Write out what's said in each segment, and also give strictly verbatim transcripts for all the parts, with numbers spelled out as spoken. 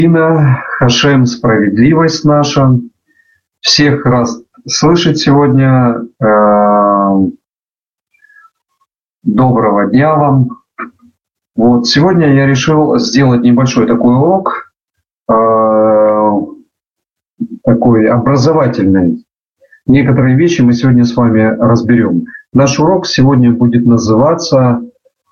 Инна, Хашем, справедливость наша. Всех раз слышать сегодня. Доброго дня вам. Вот сегодня я решил сделать небольшой такой урок, такой образовательный. Некоторые вещи мы сегодня с вами разберем. Наш урок сегодня будет называться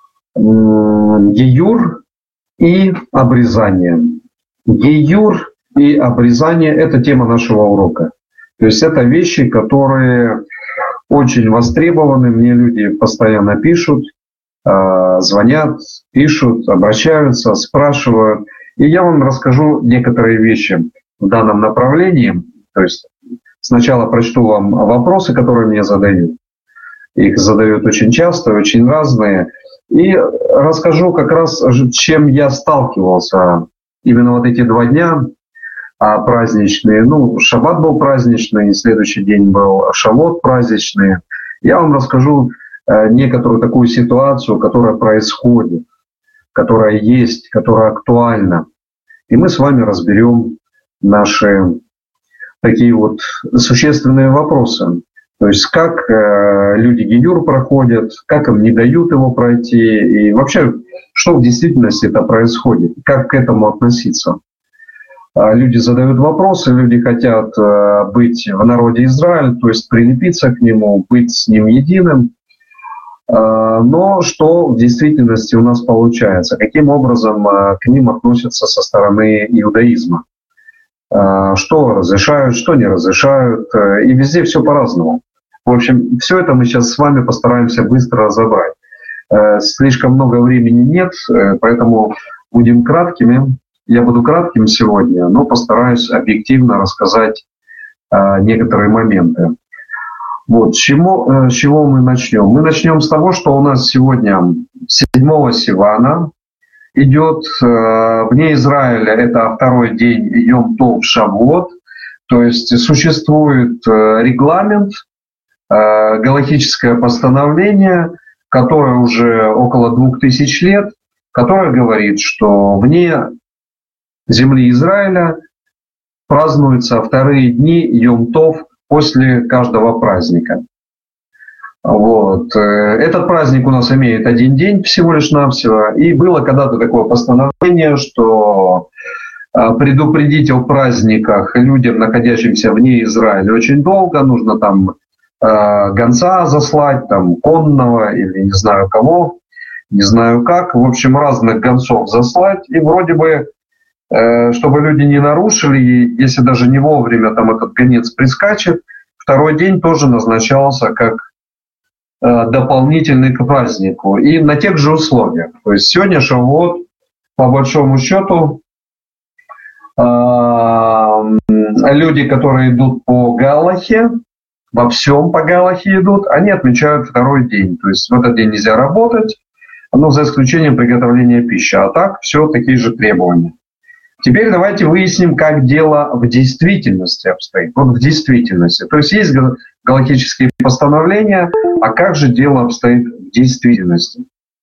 «Геюр и обрезание». Геюр и обрезание – это тема нашего урока. То есть это вещи, которые очень востребованы. Мне люди постоянно пишут, звонят, пишут, обращаются, спрашивают. И я вам расскажу некоторые вещи в данном направлении. То есть сначала прочту вам вопросы, которые мне задают. Их задают очень часто, очень разные. И расскажу как раз, с чем я сталкивался именно вот эти два дня праздничные. Ну, шаббат был праздничный, следующий день был шавот праздничный. Я вам расскажу некоторую такую ситуацию, которая происходит, которая есть, которая актуальна. И мы с вами разберем наши такие вот существенные вопросы. То есть как э, люди геюр проходят, как им не дают его пройти, и вообще, что в действительности это происходит, как к этому относиться. А люди задают вопросы, люди хотят э, быть в народе Израиль, то есть прилепиться к нему, быть с ним единым. Э, но что в действительности у нас получается, каким образом э, к ним относятся со стороны иудаизма. Э, что разрешают, что не разрешают, э, и везде все по-разному. В общем, все это мы сейчас с вами постараемся быстро разобрать. Слишком много времени нет, поэтому будем краткими. Я буду кратким сегодня, но постараюсь объективно рассказать некоторые моменты. Вот, с чего, с чего мы начнем? Мы начнем с того, что у нас сегодня седьмого Сивана идет. Вне Израиля это второй день Йом-Тов Шавуот. То есть существует регламент, галахическое постановление, которое уже около двух тысяч лет, которое говорит, что вне земли Израиля празднуются вторые дни Йом-Тов после каждого праздника. Вот. Этот праздник у нас имеет один день всего лишь навсего, и было когда-то такое постановление, что предупредить о праздниках людям, находящимся вне Израиля, очень долго, нужно там гонца заслать, там, конного или не знаю кого, не знаю как. В общем, разных гонцов заслать. И вроде бы, э, чтобы люди не нарушили, если даже не вовремя там этот гонец прискачет, второй день тоже назначался как э, дополнительный к празднику. И на тех же условиях. То есть сегодня Шавуот, по большому счету, э, люди, которые идут по Галахе, во всем по Галахе идут, они отмечают второй день. То есть в этот день нельзя работать, но за исключением приготовления пищи. А так все такие же требования. Теперь давайте выясним, как дело в действительности обстоит. Вот в действительности. То есть есть галахические постановления, а как же дело обстоит в действительности?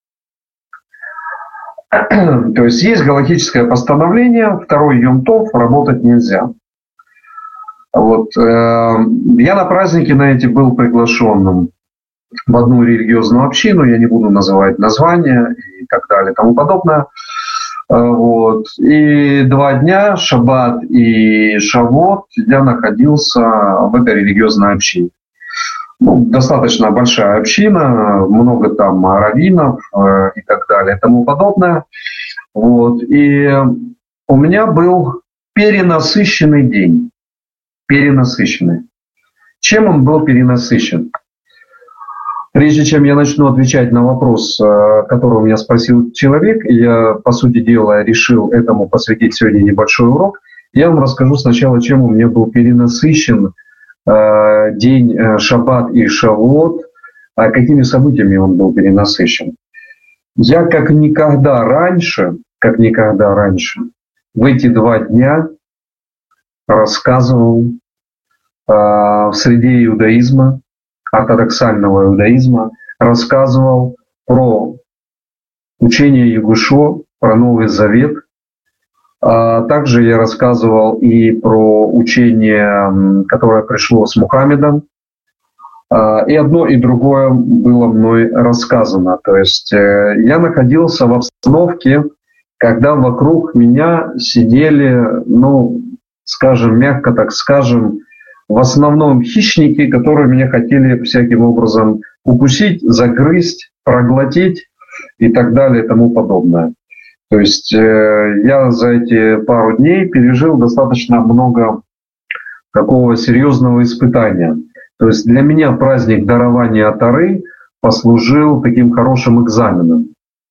То есть есть галахическое постановление, второй Йом-Тов, работать нельзя. Вот, э, я на празднике на эти был приглашенным в одну религиозную общину, я не буду называть названия и так далее и тому подобное. Э, вот, и два дня, шаббат и шавот, я находился в этой религиозной общине. Ну, достаточно большая община, много там раввинов э, и так далее и тому подобное. Вот, и у меня был перенасыщенный день. Перенасыщенный. Чем он был перенасыщен? Прежде чем я начну отвечать на вопрос, который у меня спросил человек, я, по сути дела, решил этому посвятить сегодня небольшой урок, я вам расскажу сначала, чем у меня был перенасыщен день шаббат и шавуот, какими событиями он был перенасыщен. Я как никогда раньше, как никогда раньше, в эти два дня рассказывал э, в среде иудаизма, ортодоксального иудаизма, рассказывал про учение Егушо, про Новый Завет, Также я рассказывал и про учение, которое пришло с Мухаммедом. И одно, и другое было мной рассказано. То есть я находился в обстановке, когда вокруг меня сидели, ну, скажем, мягко так скажем, в основном хищники, которые меня хотели всяким образом укусить, загрызть, проглотить и так далее и тому подобное. То есть э, я за эти пару дней пережил достаточно много такого серьезного испытания. То есть для меня праздник дарования Торы послужил таким хорошим экзаменом.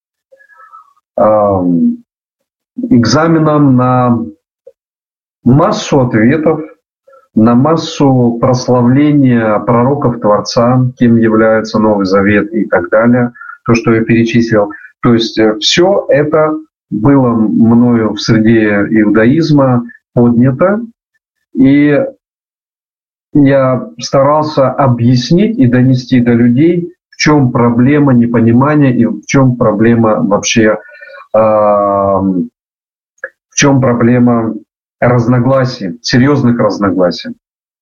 Э, экзаменом на массу ответов, на массу прославления пророков Творца, кем является Новый Завет и так далее, то, что я перечислил. То есть все это было мною в среде иудаизма поднято, и я старался объяснить и донести до людей, в чем проблема непонимания и в чем проблема вообще, э, в чем проблема разногласий, серьезных разногласий.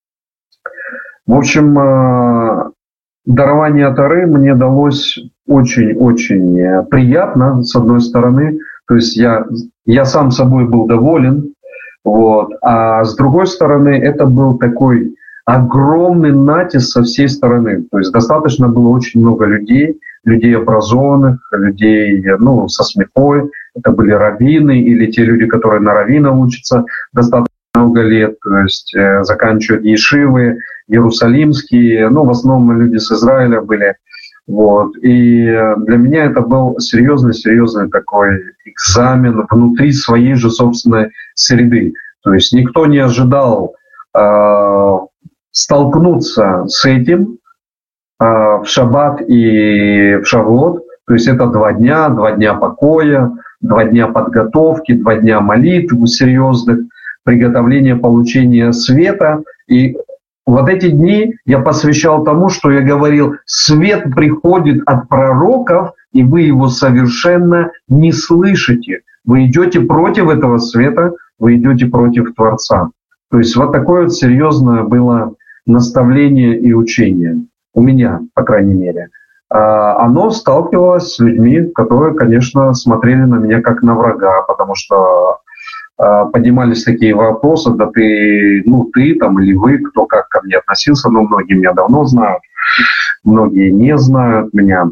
В общем, э, дарование Торы мне далось очень-очень приятно, с одной стороны. То есть я, я сам собой был доволен. Вот. А с другой стороны, это был такой огромный натиск со всей стороны. То есть достаточно было очень много людей, людей образованных, людей, ну, со смехой. Это были раввины или те люди, которые на раввина учатся достаточно много лет, то есть э, заканчивают ешивы, иерусалимские, ну, в основном люди с Израиля были. Вот. И для меня это был серьезный-серьезный такой экзамен внутри своей же собственной среды. То есть никто не ожидал э, столкнуться с этим э, в шаббат и в шавуот. То есть это два дня, два дня покоя, два дня подготовки, два дня молитв серьезных, приготовления получения света. И вот эти дни я посвящал тому, что я говорил, свет приходит от пророков, и вы его совершенно не слышите. Вы идете против этого света, вы идете против Творца. То есть вот такое вот серьезное было наставление и учение. У меня, по крайней мере. Оно сталкивалось с людьми, которые, конечно, смотрели на меня как на врага, потому что поднимались такие вопросы, да ты, ну ты там или вы, кто как ко мне относился, но многие меня давно знают, многие не знают меня,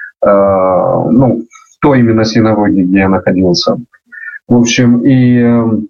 ну, в той именно синагоге, где я находился. В общем, и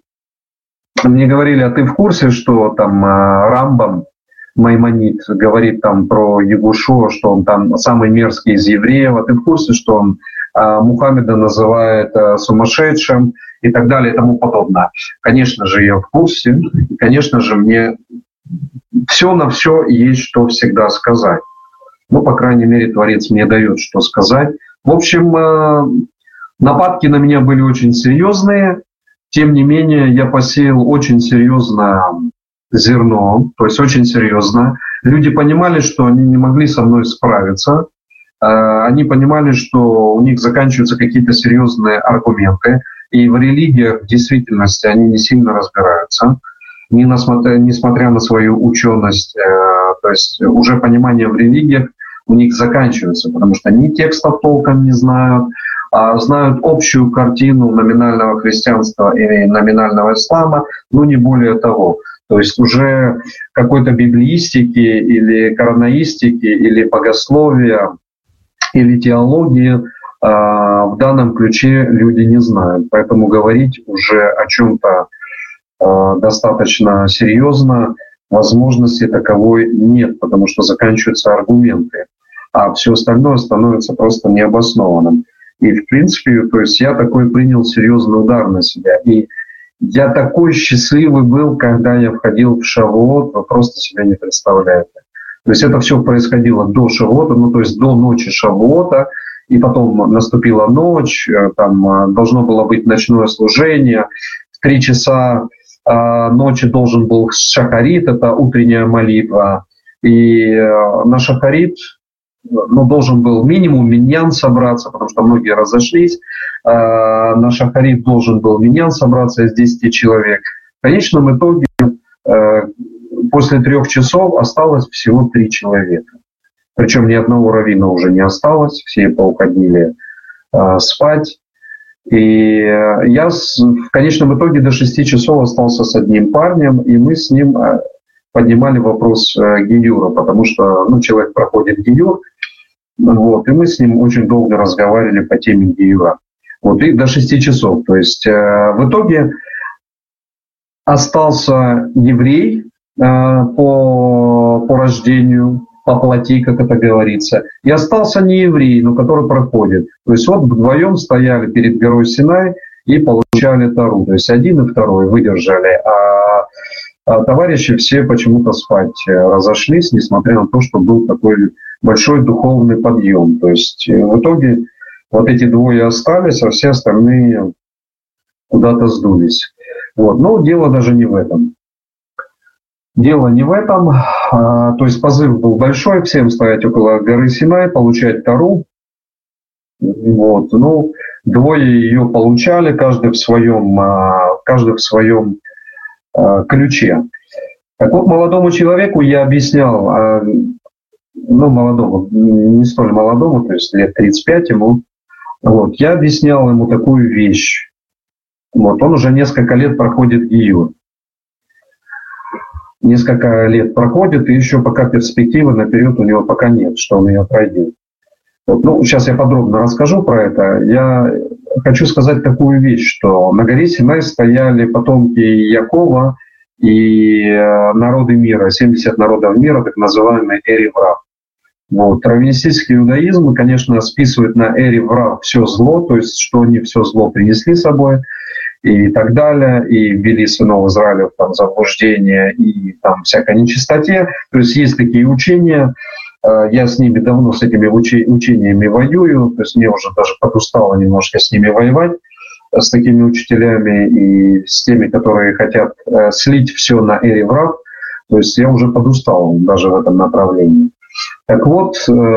мне говорили, а ты в курсе, что там Рамбам, Маймонид, говорит там про Ягушо, что он там самый мерзкий из евреев, а ты в курсе, что он Мухаммеда называет сумасшедшим и так далее и тому подобное. Конечно же, я в курсе, и, конечно же, мне все на все есть что всегда сказать. Ну, по крайней мере, Творец мне дает что сказать. В общем, нападки на меня были очень серьезные, тем не менее, я посеял очень серьезное зерно, то есть очень серьезно. Люди понимали, что они не могли со мной справиться. Они понимали, что у них заканчиваются какие-то серьезные аргументы. И в религиях в действительности они не сильно разбираются, несмотря на свою ученость. То есть уже понимание в религиях у них заканчивается, потому что ни текстов толком не знают, а знают общую картину номинального христианства и номинального ислама, но не более того. То есть уже какой-то библеистики или коранаистики или богословия или теологии в данном ключе люди не знают. Поэтому говорить уже о чем-то достаточно серьезно возможности таковой нет, потому что заканчиваются аргументы, а все остальное становится просто необоснованным. И в принципе, то есть я такой принял серьезный удар на себя. И я такой счастливый был, когда я входил в Шавуот, вы просто себя не представляете. То есть это все происходило до Шавуота, ну то есть до ночи Шавуота, и потом наступила ночь, там должно было быть ночное служение, в три часа ночи должен был шахарит, это утренняя молитва, и на шахарит ну, должен был минимум миньян собраться, потому что многие разошлись. На шахарит должен был миньян собраться из десяти человек. В конечном итоге после трех часов осталось всего три человека. Причем ни одного раввина уже не осталось, все поуходили спать. И я в конечном итоге до шести часов остался с одним парнем, и мы с ним поднимали вопрос гиюра, потому что ну, человек проходит гиюр, вот, и мы с ним очень долго разговаривали по теме гиюра. Вот, и до шести часов. То есть в итоге остался еврей по, по рождению, по плоти, как это говорится, и остался не еврей, но который проходит. То есть вот вдвоем стояли перед горой Синай и получали Тору. То есть один и второй выдержали, а, а товарищи все почему-то спать разошлись, несмотря на то, что был такой большой духовный подъем. То есть в итоге вот эти двое остались, а все остальные куда-то сдулись. Вот. Но дело даже не в этом. Дело не в этом. А, то есть позыв был большой, всем стоять около горы Синай, получать Тору. Вот. Ну, двое ее получали, каждый в своем, а, каждый в своем а, ключе. Так вот, молодому человеку я объяснял, а, ну, молодому, не столь молодому, то есть лет тридцать пять ему, вот, я объяснял ему такую вещь. Вот, он уже несколько лет проходит гиюр. Несколько лет проходит, и еще пока перспективы наперед у него пока нет, что он ее пройдет. Вот, ну, сейчас я подробно расскажу про это. Я хочу сказать такую вещь, что на горе Синай стояли потомки Якова и народы мира, семьдесят народов мира, так называемый Эрев Рав. Вот. Раввинистический иудаизм, конечно, списывает на Эрев Рав все зло, то есть что они все зло принесли с собой, и так далее, и ввели сынов Израиля в там, заблуждение и там всякой нечистоте. То есть есть такие учения, я с ними давно, с этими учениями воюю, то есть мне уже даже подустало немножко с ними воевать, с такими учителями и с теми, которые хотят слить все на Эрев Рав. То есть я уже подустал даже в этом направлении. Так вот,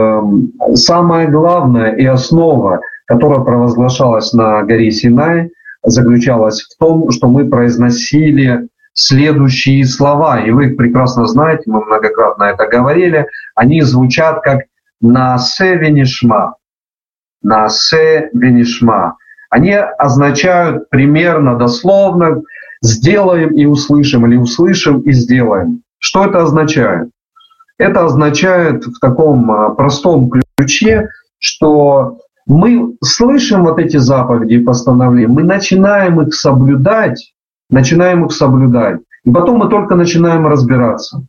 самое главное и основа, которая провозглашалась на горе Синай, заключалась в том, что мы произносили следующие слова. И вы их прекрасно знаете, мы многократно это говорили. Они звучат как «наасе венишма». «Наасе венишма». Они означают примерно дословно «сделаем и услышим» или «услышим и сделаем». Что это означает? Это означает в таком простом ключе, что мы слышим вот эти заповеди и постановления, мы начинаем их соблюдать, начинаем их соблюдать, и потом мы только начинаем разбираться,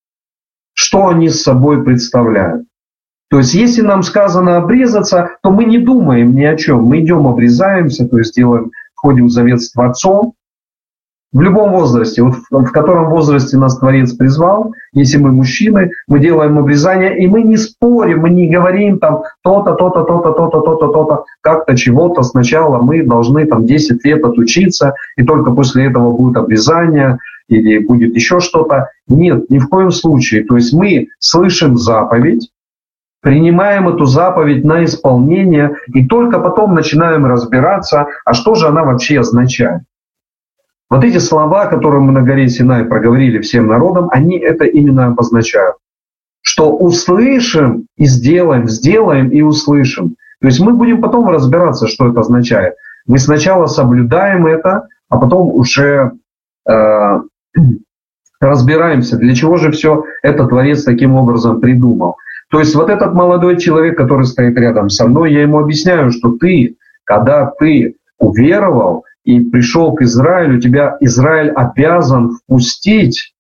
что они с собой представляют. То есть, если нам сказано обрезаться, то мы не думаем ни о чем, мы идем обрезаемся, то есть делаем, входим в завет с Творцом. В любом возрасте, вот в, в котором возрасте нас Творец призвал, если мы мужчины, мы делаем обрезание, и мы не спорим, мы не говорим там то-то, то-то, то-то, то-то, то-то, то-то, как-то чего-то. Сначала мы должны там десять лет отучиться, и только после этого будет обрезание или будет еще что-то. Нет, ни в коем случае. То есть мы слышим заповедь, принимаем эту заповедь на исполнение, и только потом начинаем разбираться, а что же она вообще означает. Вот эти слова, которые мы на горе Синай проговорили всем народам, они это именно обозначают. Что услышим и сделаем, сделаем и услышим. То есть мы будем потом разбираться, что это означает. Мы сначала соблюдаем это, а потом уже э, разбираемся, для чего же все это Творец таким образом придумал. То есть вот этот молодой человек, который стоит рядом со мной, я ему объясняю, что ты, когда ты уверовал, и пришел к Израилю, тебя Израиль обязан впустить.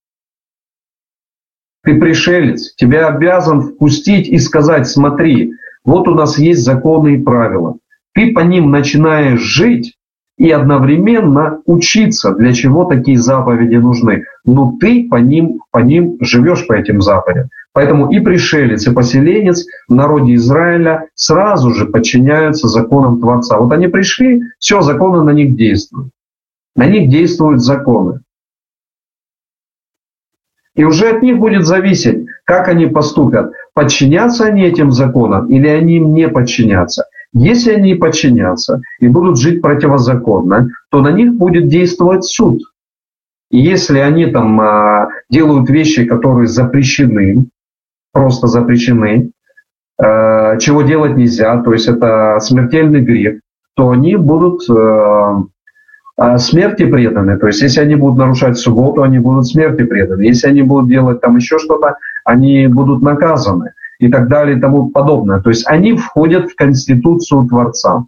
Ты пришелец, тебя обязан впустить и сказать: смотри, вот у нас есть законы и правила. Ты по ним начинаешь жить и одновременно учиться, для чего такие заповеди нужны. Но ты по ним, по ним живешь, по этим заповедям. Поэтому и пришелец, и поселенец в народе Израиля сразу же подчиняются законам Творца. Вот они пришли, все, законы на них действуют. На них действуют законы. И уже от них будет зависеть, как они поступят. подчинятся они этим законам или они им не подчинятся. Если они подчинятся и будут жить противозаконно, то на них будет действовать суд. И если они там а, делают вещи, которые запрещены, просто запрещены, а, чего делать нельзя, то есть это смертельный грех, то они будут а, а, смерти преданы. То есть если они будут нарушать субботу, они будут смерти преданы. Если они будут делать там еще что-то, они будут наказаны и так далее и тому подобное. То есть они входят в конституцию Творца.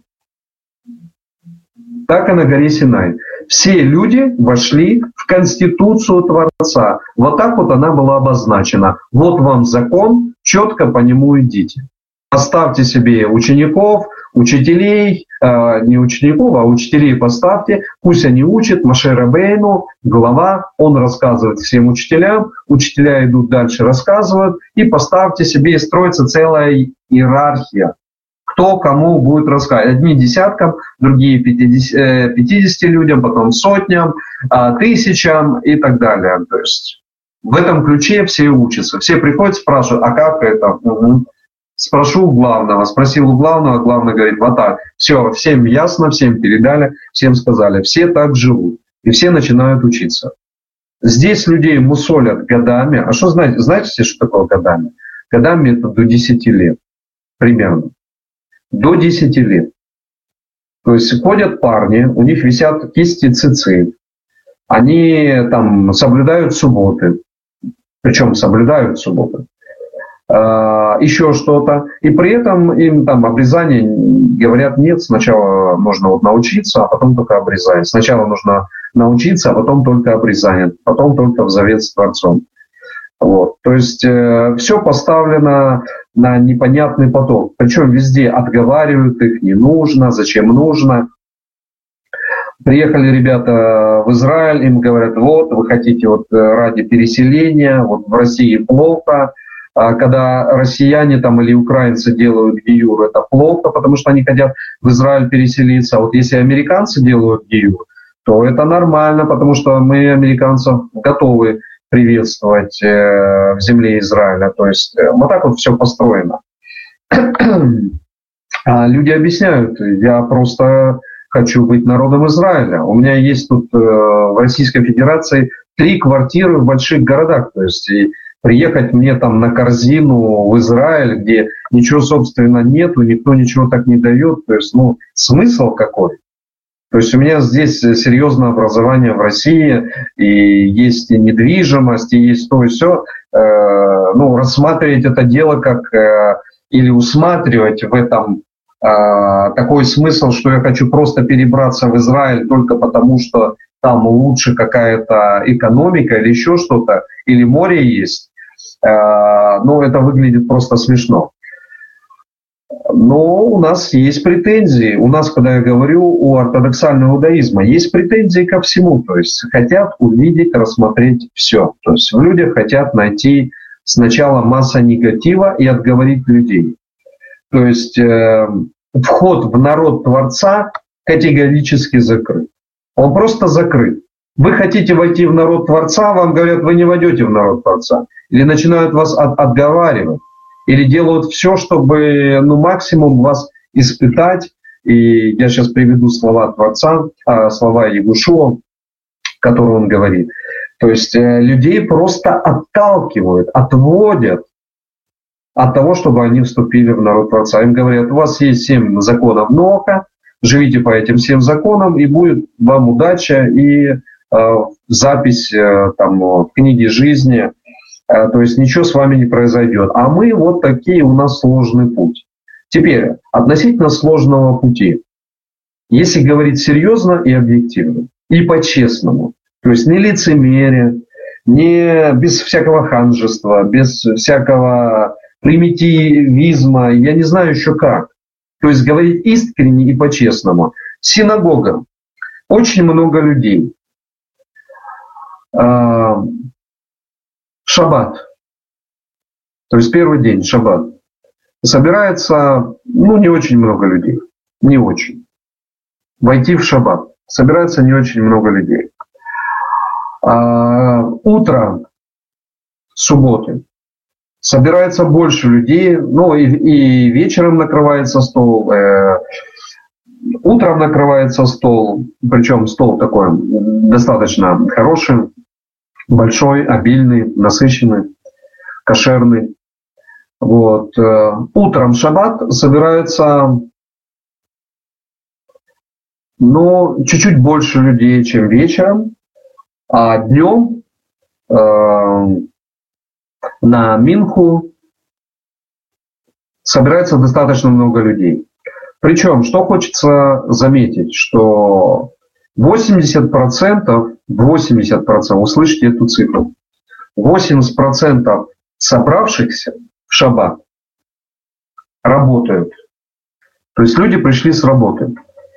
Так и на горе Синай. Все люди вошли в конституцию Творца. Вот так вот она была обозначена. Вот вам закон, четко по нему идите. Поставьте себе учеников, учителей, э, не учеников, а учителей поставьте. Пусть они учат. Моше Рабейну, глава, он рассказывает всем учителям. Учителя идут дальше, рассказывают. И поставьте себе, и строится целая иерархия. Кто кому будет рассказывать. Одни десяткам, другие пятидесяти людям, потом сотням, тысячам и так далее. То есть в этом ключе все учатся. Все приходят, спрашивают, а как это? Угу. Спрошу у главного, спросил у главного, главный говорит, вот так. Все, всем ясно, всем передали, всем сказали. Все так живут. И все начинают учиться. Здесь людей мусолят годами. А что знаете? Знаете, что такое годами? Годами это до десяти лет. Примерно. До десяти лет. То есть ходят парни, у них висят кисти цицы. Они там соблюдают субботы. Причем соблюдают субботы. А, еще что-то. И при этом им там обрезание говорят, нет, сначала нужно вот научиться, а потом только обрезание. Сначала нужно научиться, а потом только обрезание. Потом только в завет с Творцом. Вот. То есть э, все поставлено на непонятный поток. Причем везде отговаривают их, не нужно, зачем нужно. Приехали ребята в Израиль, им говорят, вот, вы хотите вот ради переселения, вот в России плохо. А когда россияне там или украинцы делают гиюр, это плохо, потому что они хотят в Израиль переселиться. А вот если американцы делают гиюр, то это нормально, потому что мы американцев готовы приветствовать э, в земле Израиля. То есть э, вот так вот все построено. А люди объясняют, я просто хочу быть народом Израиля. У меня есть тут э, в Российской Федерации три квартиры в больших городах. То есть и приехать мне там на корзину в Израиль, где ничего собственно нету, никто ничего так не дает. То есть, ну, смысл какой? То есть у меня здесь серьезное образование в России, и есть и недвижимость, и есть то и все. Э, ну, рассматривать это дело как, э, или усматривать в этом э, такой смысл, что я хочу просто перебраться в Израиль только потому, что там лучше какая-то экономика или еще что-то, или море есть, э, ну, это выглядит просто смешно. Но у нас есть претензии. У нас, когда я говорю о ортодоксальном иудаизме, есть претензии ко всему. То есть хотят увидеть, рассмотреть все. То есть в людях хотят найти сначала масса негатива и отговорить людей. То есть э, вход в народ Творца категорически закрыт. Он просто закрыт. Вы хотите войти в народ Творца, вам говорят, вы не войдете в народ Творца. Или начинают вас от, отговаривать. Или делают все, чтобы ну, максимум вас испытать. И я сейчас приведу слова Творца, слова Егушуа, которые он говорит. То есть людей просто отталкивают, отводят от того, чтобы они вступили в народ Творца. Им говорят, у вас есть семь законов Ноха, живите по этим семь законам, и будет вам удача и э, запись э, там, в книге жизни. То есть ничего с вами не произойдет. А мы вот такие, у нас сложный путь. Теперь, относительно сложного пути. Если говорить серьезно и объективно, и по-честному, то есть не лицемерие, не без всякого ханжества, без всякого примитивизма, я не знаю еще как. То есть говорить искренне и по-честному. Синагога. Очень много людей. Шаббат. То есть первый день, шаббат. Собирается, ну, не очень много людей. Не очень. Войти в шаббат. Собирается не очень много людей. А, утро субботы. собирается больше людей, ну и, и вечером накрывается стол, э, утром накрывается стол, причем стол такой достаточно хороший, большой, обильный, насыщенный, кошерный. Вот. Утром шаббат собирается, ну, чуть-чуть больше людей, чем вечером, а днем э, на Минху собирается достаточно много людей. Причем, что хочется заметить, что восемьдесят процентов, восемьдесят процентов, услышьте эту цифру, восемьдесят процентов собравшихся в шаббат работают. То есть люди пришли с работы.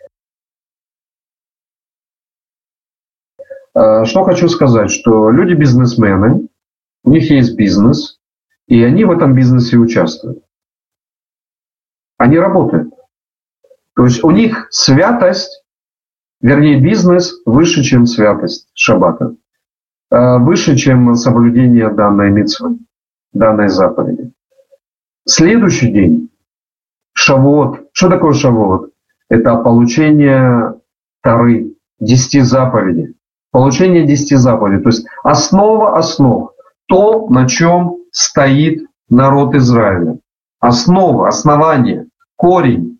Что хочу сказать, что люди бизнесмены, у них есть бизнес, и они в этом бизнесе участвуют. Они работают. То есть у них святость, вернее бизнес выше, чем святость шаббата, выше, чем соблюдение данной мицвы, данной заповеди. Следующий день, Шавуот. Что такое Шавуот? Это получение Торы, десяти заповедей. Получение десяти заповедей. То есть основа основ. То, на чем стоит народ Израиля. Основа, основание, корень.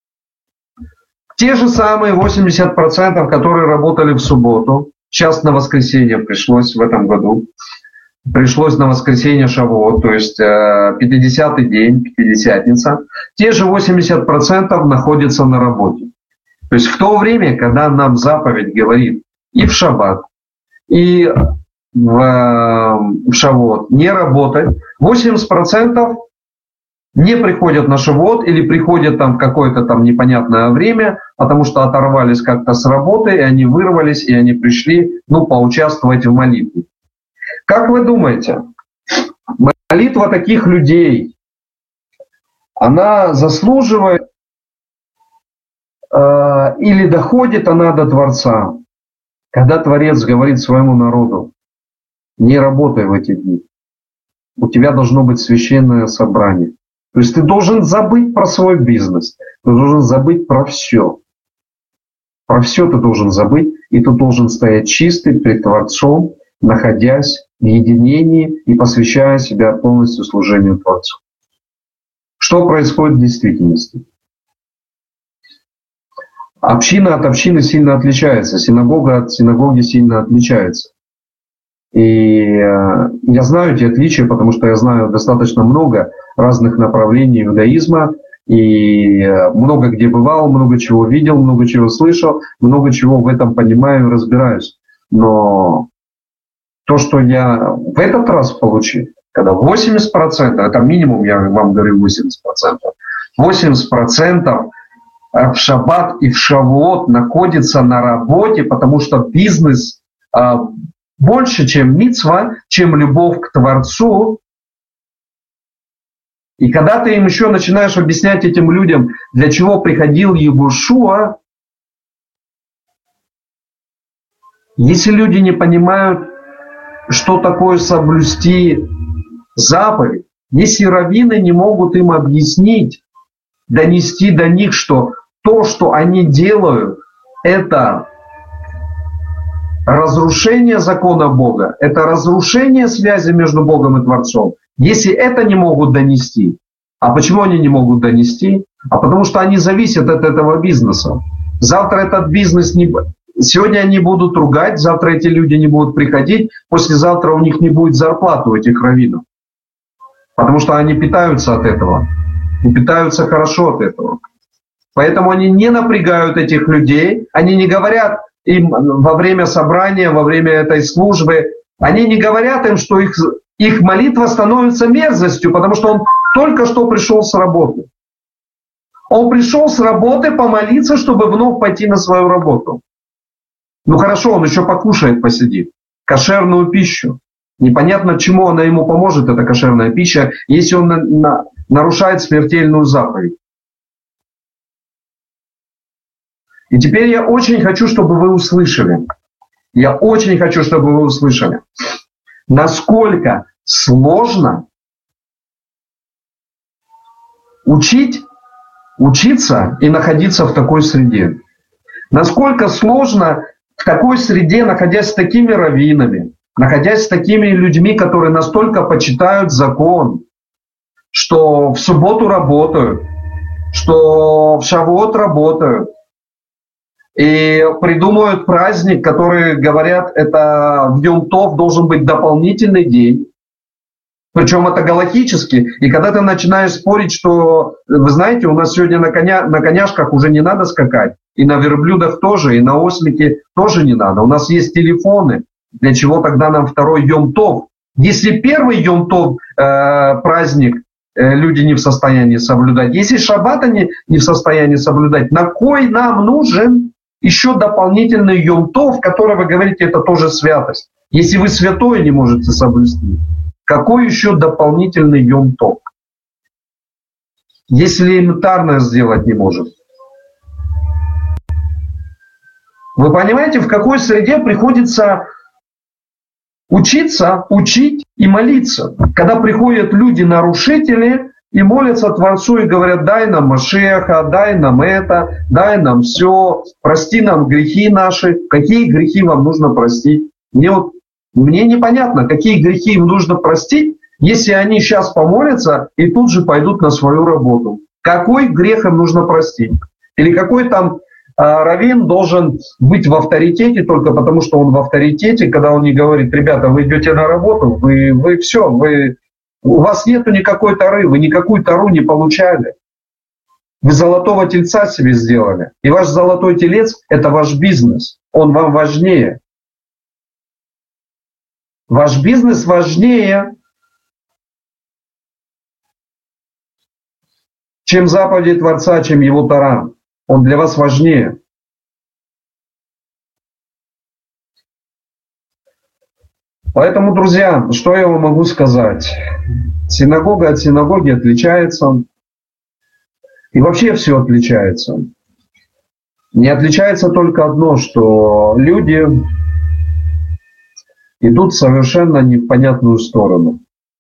Те же самые восемьдесят процентов, которые работали в субботу, сейчас на воскресенье пришлось в этом году, пришлось на воскресенье Шавуот, то есть пятидесятый день, Пятидесятница, те же восемьдесят процентов находятся на работе. То есть в то время, когда нам заповедь говорит и в шаббат, и в, в Шавуот не работать, восемьдесят процентов не приходят на Шавуот или приходят там в какое-то там непонятное время, потому что оторвались как-то с работы, и они вырвались, и они пришли, ну, поучаствовать в молитве. Как вы думаете, молитва таких людей, она заслуживает э, или доходит она до Творца, когда Творец говорит своему народу: не работай в эти дни, у тебя должно быть священное собрание. То есть ты должен забыть про свой бизнес, ты должен забыть про все. Про все ты должен забыть, и ты должен стоять чистый перед Творцом, находясь в единении и посвящая себя полностью служению Творцу. Что происходит в действительности? Община от общины сильно отличается, синагога от синагоги сильно отличается. И я знаю эти отличия, потому что я знаю достаточно много разных направлений иудаизма, и много где бывал, много чего видел, много чего слышал, много чего в этом понимаю и разбираюсь. Но то, что я в этот раз получил, когда восемьдесят процентов, это минимум, я вам говорю восемьдесят процентов, восемьдесят процентов в шаббат и в шавуот находится на работе, потому что бизнес больше, чем мицва, чем любовь к Творцу. И когда ты им еще начинаешь объяснять этим людям, для чего приходил Йешуа, если люди не понимают, что такое соблюсти заповедь, если раввины не могут им объяснить, донести до них, что то, что они делают, это разрушение закона Бога, это разрушение связи между Богом и Творцом. Если это не могут донести, а почему они не могут донести? А потому что они зависят от этого бизнеса. Завтра этот бизнес не... Сегодня они будут ругать, завтра эти люди не будут приходить, послезавтра у них не будет зарплаты у этих раввинов. Потому что они питаются от этого. И питаются хорошо от этого. Поэтому они не напрягают этих людей, они не говорят им во время собрания, во время этой службы, они не говорят им, что их, их молитва становится мерзостью, потому что он только что пришел с работы. Он пришел с работы помолиться, чтобы вновь пойти на свою работу. Ну хорошо, он еще покушает, посидит. Кошерную пищу. Непонятно, чему она ему поможет, эта кошерная пища, если он на, на, нарушает смертельную заповедь. И теперь я очень хочу, чтобы вы услышали. Я очень хочу, чтобы вы услышали, насколько сложно учить, учиться и находиться в такой среде. Насколько сложно в такой среде, находясь с такими раввинами, находясь с такими людьми, которые настолько почитают закон, что в субботу работают, что в шавуот работают, и придумывают праздник, который говорят, это в Йом-Тов должен быть дополнительный день. Причем это галахически. И когда ты начинаешь спорить, что, вы знаете, у нас сегодня на, коня, на коняшках уже не надо скакать, и на верблюдах тоже, и на ослике тоже не надо. У нас есть телефоны. Для чего тогда нам второй Йом-Тов? Если первый Йом-Тов э, праздник э, люди не в состоянии соблюдать, если шаббат они не в состоянии соблюдать, на кой нам нужен еще дополнительный Йом-Тов, который вы говорите, это тоже святость? Если вы святое не можете соблюсти, какой еще дополнительный Йом-Тов? Если элементарно сделать не может. Вы понимаете, в какой среде приходится учиться, учить и молиться? Когда приходят люди-нарушители и молятся Творцу и говорят, дай нам Машеха, дай нам это, дай нам все, прости нам грехи наши. Какие грехи вам нужно простить? Мне вот Мне непонятно, какие грехи им нужно простить, если они сейчас помолятся и тут же пойдут на свою работу. Какой грех им нужно простить? Или какой там а, раввин должен быть в авторитете только потому, что он в авторитете, когда он не говорит, ребята, вы идете на работу, вы, вы все, вы, у вас нету никакой тары, вы никакую тару не получали. Вы золотого тельца себе сделали. И ваш золотой телец – это ваш бизнес. Он вам важнее. Ваш бизнес важнее, чем заповеди Творца, чем его Тора. Он для вас важнее. Поэтому, друзья, что я вам могу сказать? Синагога от синагоги отличается. И вообще все отличается. Не отличается только одно, что люди идут совершенно не в понятную сторону.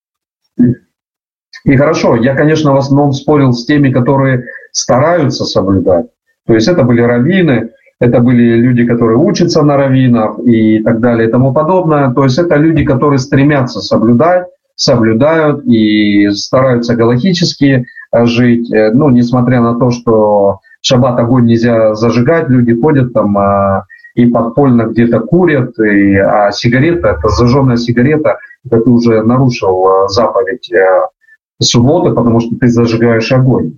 И хорошо, я, конечно, в основном спорил с теми, которые стараются соблюдать. То есть это были раввины, это были люди, которые учатся на раввинов и так далее и тому подобное. То есть это люди, которые стремятся соблюдать, соблюдают и стараются галахически жить. Ну, несмотря на то, что в шаббат огонь нельзя зажигать, люди ходят там и подпольно где-то курят, и, а сигарета, это зажженная сигарета, это ты уже нарушил заповедь субботы, потому что ты зажигаешь огонь.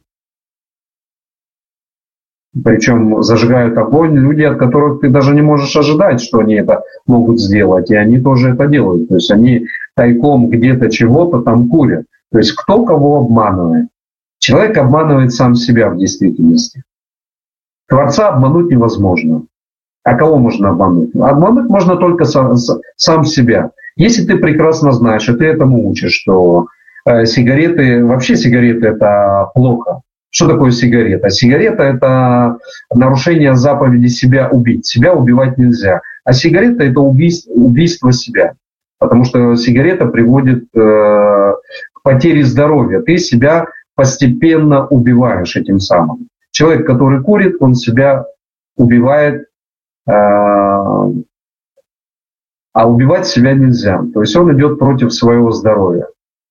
Причем зажигают огонь люди, от которых ты даже не можешь ожидать, что они это могут сделать, и они тоже это делают. То есть они тайком где-то чего-то там курят. То есть кто кого обманывает? Человек обманывает сам себя в действительности. Творца обмануть невозможно. А кого можно обмануть? Обмануть можно только сам, сам себя. Если ты прекрасно знаешь, и ты этому учишь, что э, сигареты, вообще сигареты это плохо. Что такое сигарета? Сигарета это нарушение заповеди себя убить. Себя убивать нельзя. А сигарета это убийство, убийство себя. Потому что сигарета приводит э, к потере здоровья. Ты себя постепенно убиваешь этим самым. Человек, который курит, он себя убивает. А убивать себя нельзя. То есть он идет против своего здоровья.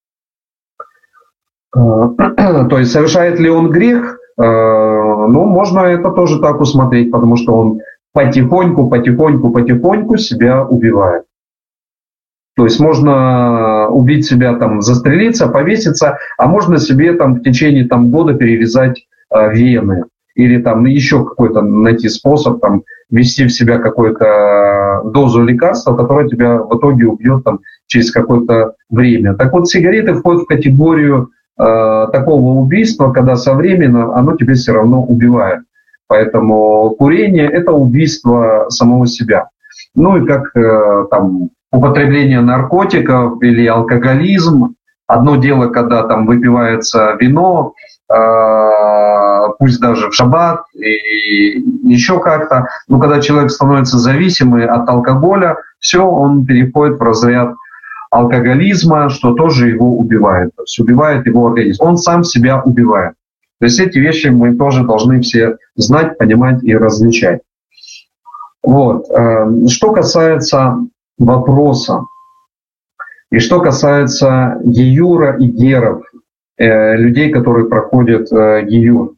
То есть совершает ли он грех? Ну, можно это тоже так усмотреть, потому что он потихоньку, потихоньку, потихоньку себя убивает. То есть можно убить себя, там, застрелиться, повеситься, а можно себе там в течение там, года перерезать вены. Или там еще какой-то найти способ там, ввести в себя какую-то дозу лекарства, которая тебя в итоге убьет там, через какое-то время. Так вот, сигареты входят в категорию э, такого убийства, когда со временем оно тебя все равно убивает. Поэтому курение – это убийство самого себя. Ну и как э, там, употребление наркотиков или алкоголизм. Одно дело, когда там выпивается вино, пусть даже в шаббат и еще как-то, но когда человек становится зависимый от алкоголя, все, он переходит в разряд алкоголизма, что тоже его убивает. То есть убивает его организм. Он сам себя убивает. То есть эти вещи мы тоже должны все знать, понимать и различать. Вот. Что касается вопроса, и что касается гиюра и геров, людей, которые проходят гиюр.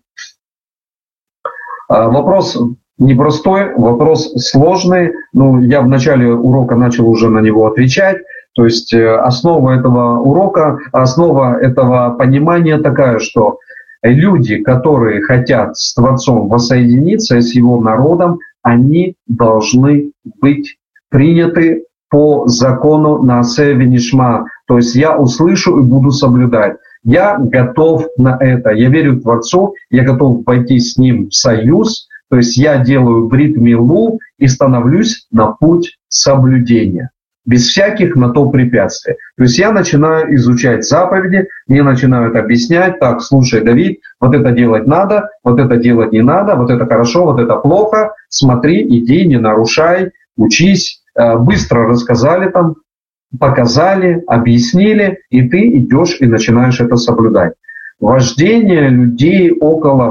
Вопрос непростой, вопрос сложный. Ну, я в начале урока начал уже на него отвечать. То есть основа этого урока, основа этого понимания такая, что люди, которые хотят с Творцом воссоединиться, с его народом, они должны быть приняты по закону Наасе венишма. То есть я услышу и буду соблюдать. Я готов на это. Я верю Творцу, я готов пойти с ним в союз. То есть я делаю брит милу и становлюсь на путь соблюдения. Без всяких на то препятствий. То есть я начинаю изучать заповеди, мне начинают объяснять: так, слушай, Давид, вот это делать надо, вот это делать не надо, вот это хорошо, вот это плохо, смотри, иди, не нарушай, учись. Быстро рассказали там, показали, объяснили, и ты идешь и начинаешь это соблюдать. Вождение людей около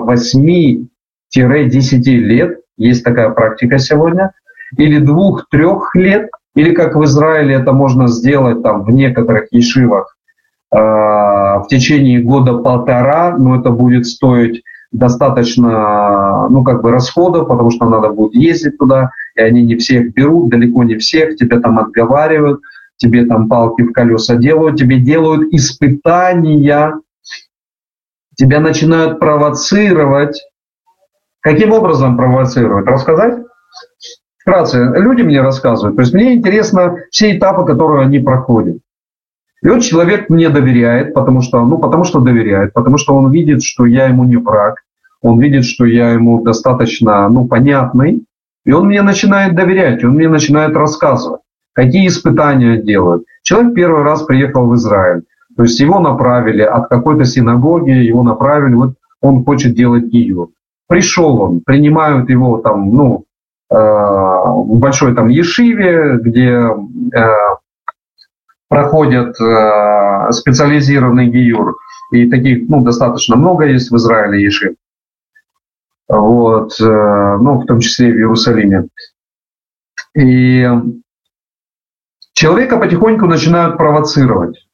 восьми-десяти лет, есть такая практика сегодня, или двух-трех лет, или как в Израиле это можно сделать там в некоторых ешивах э, в течение года-полтора, но это будет стоить достаточно, ну, как бы расходов, потому что надо будет ездить туда, и они не всех берут, далеко не всех, тебя там отговаривают, тебе там палки в колеса делают, тебе делают испытания, тебя начинают провоцировать. Каким образом провоцируют? Рассказать? Вкратце, люди мне рассказывают. То есть мне интересно все этапы, которые они проходят. И вот человек мне доверяет, потому что, ну, потому что доверяет, потому что он видит, что я ему не враг, он видит, что я ему достаточно, ну, понятный, и он мне начинает доверять, он мне начинает рассказывать, какие испытания делают. Человек первый раз приехал в Израиль, то есть его направили от какой-то синагоги, его направили, вот он хочет делать гиюр. Пришел он, принимают его там, ну, в большой там ешиве, где проходят специализированный гиюр. И таких, ну, достаточно много есть в Израиле ешив. Вот, ну, в том числе и в Иерусалиме. И человека потихоньку начинают провоцировать.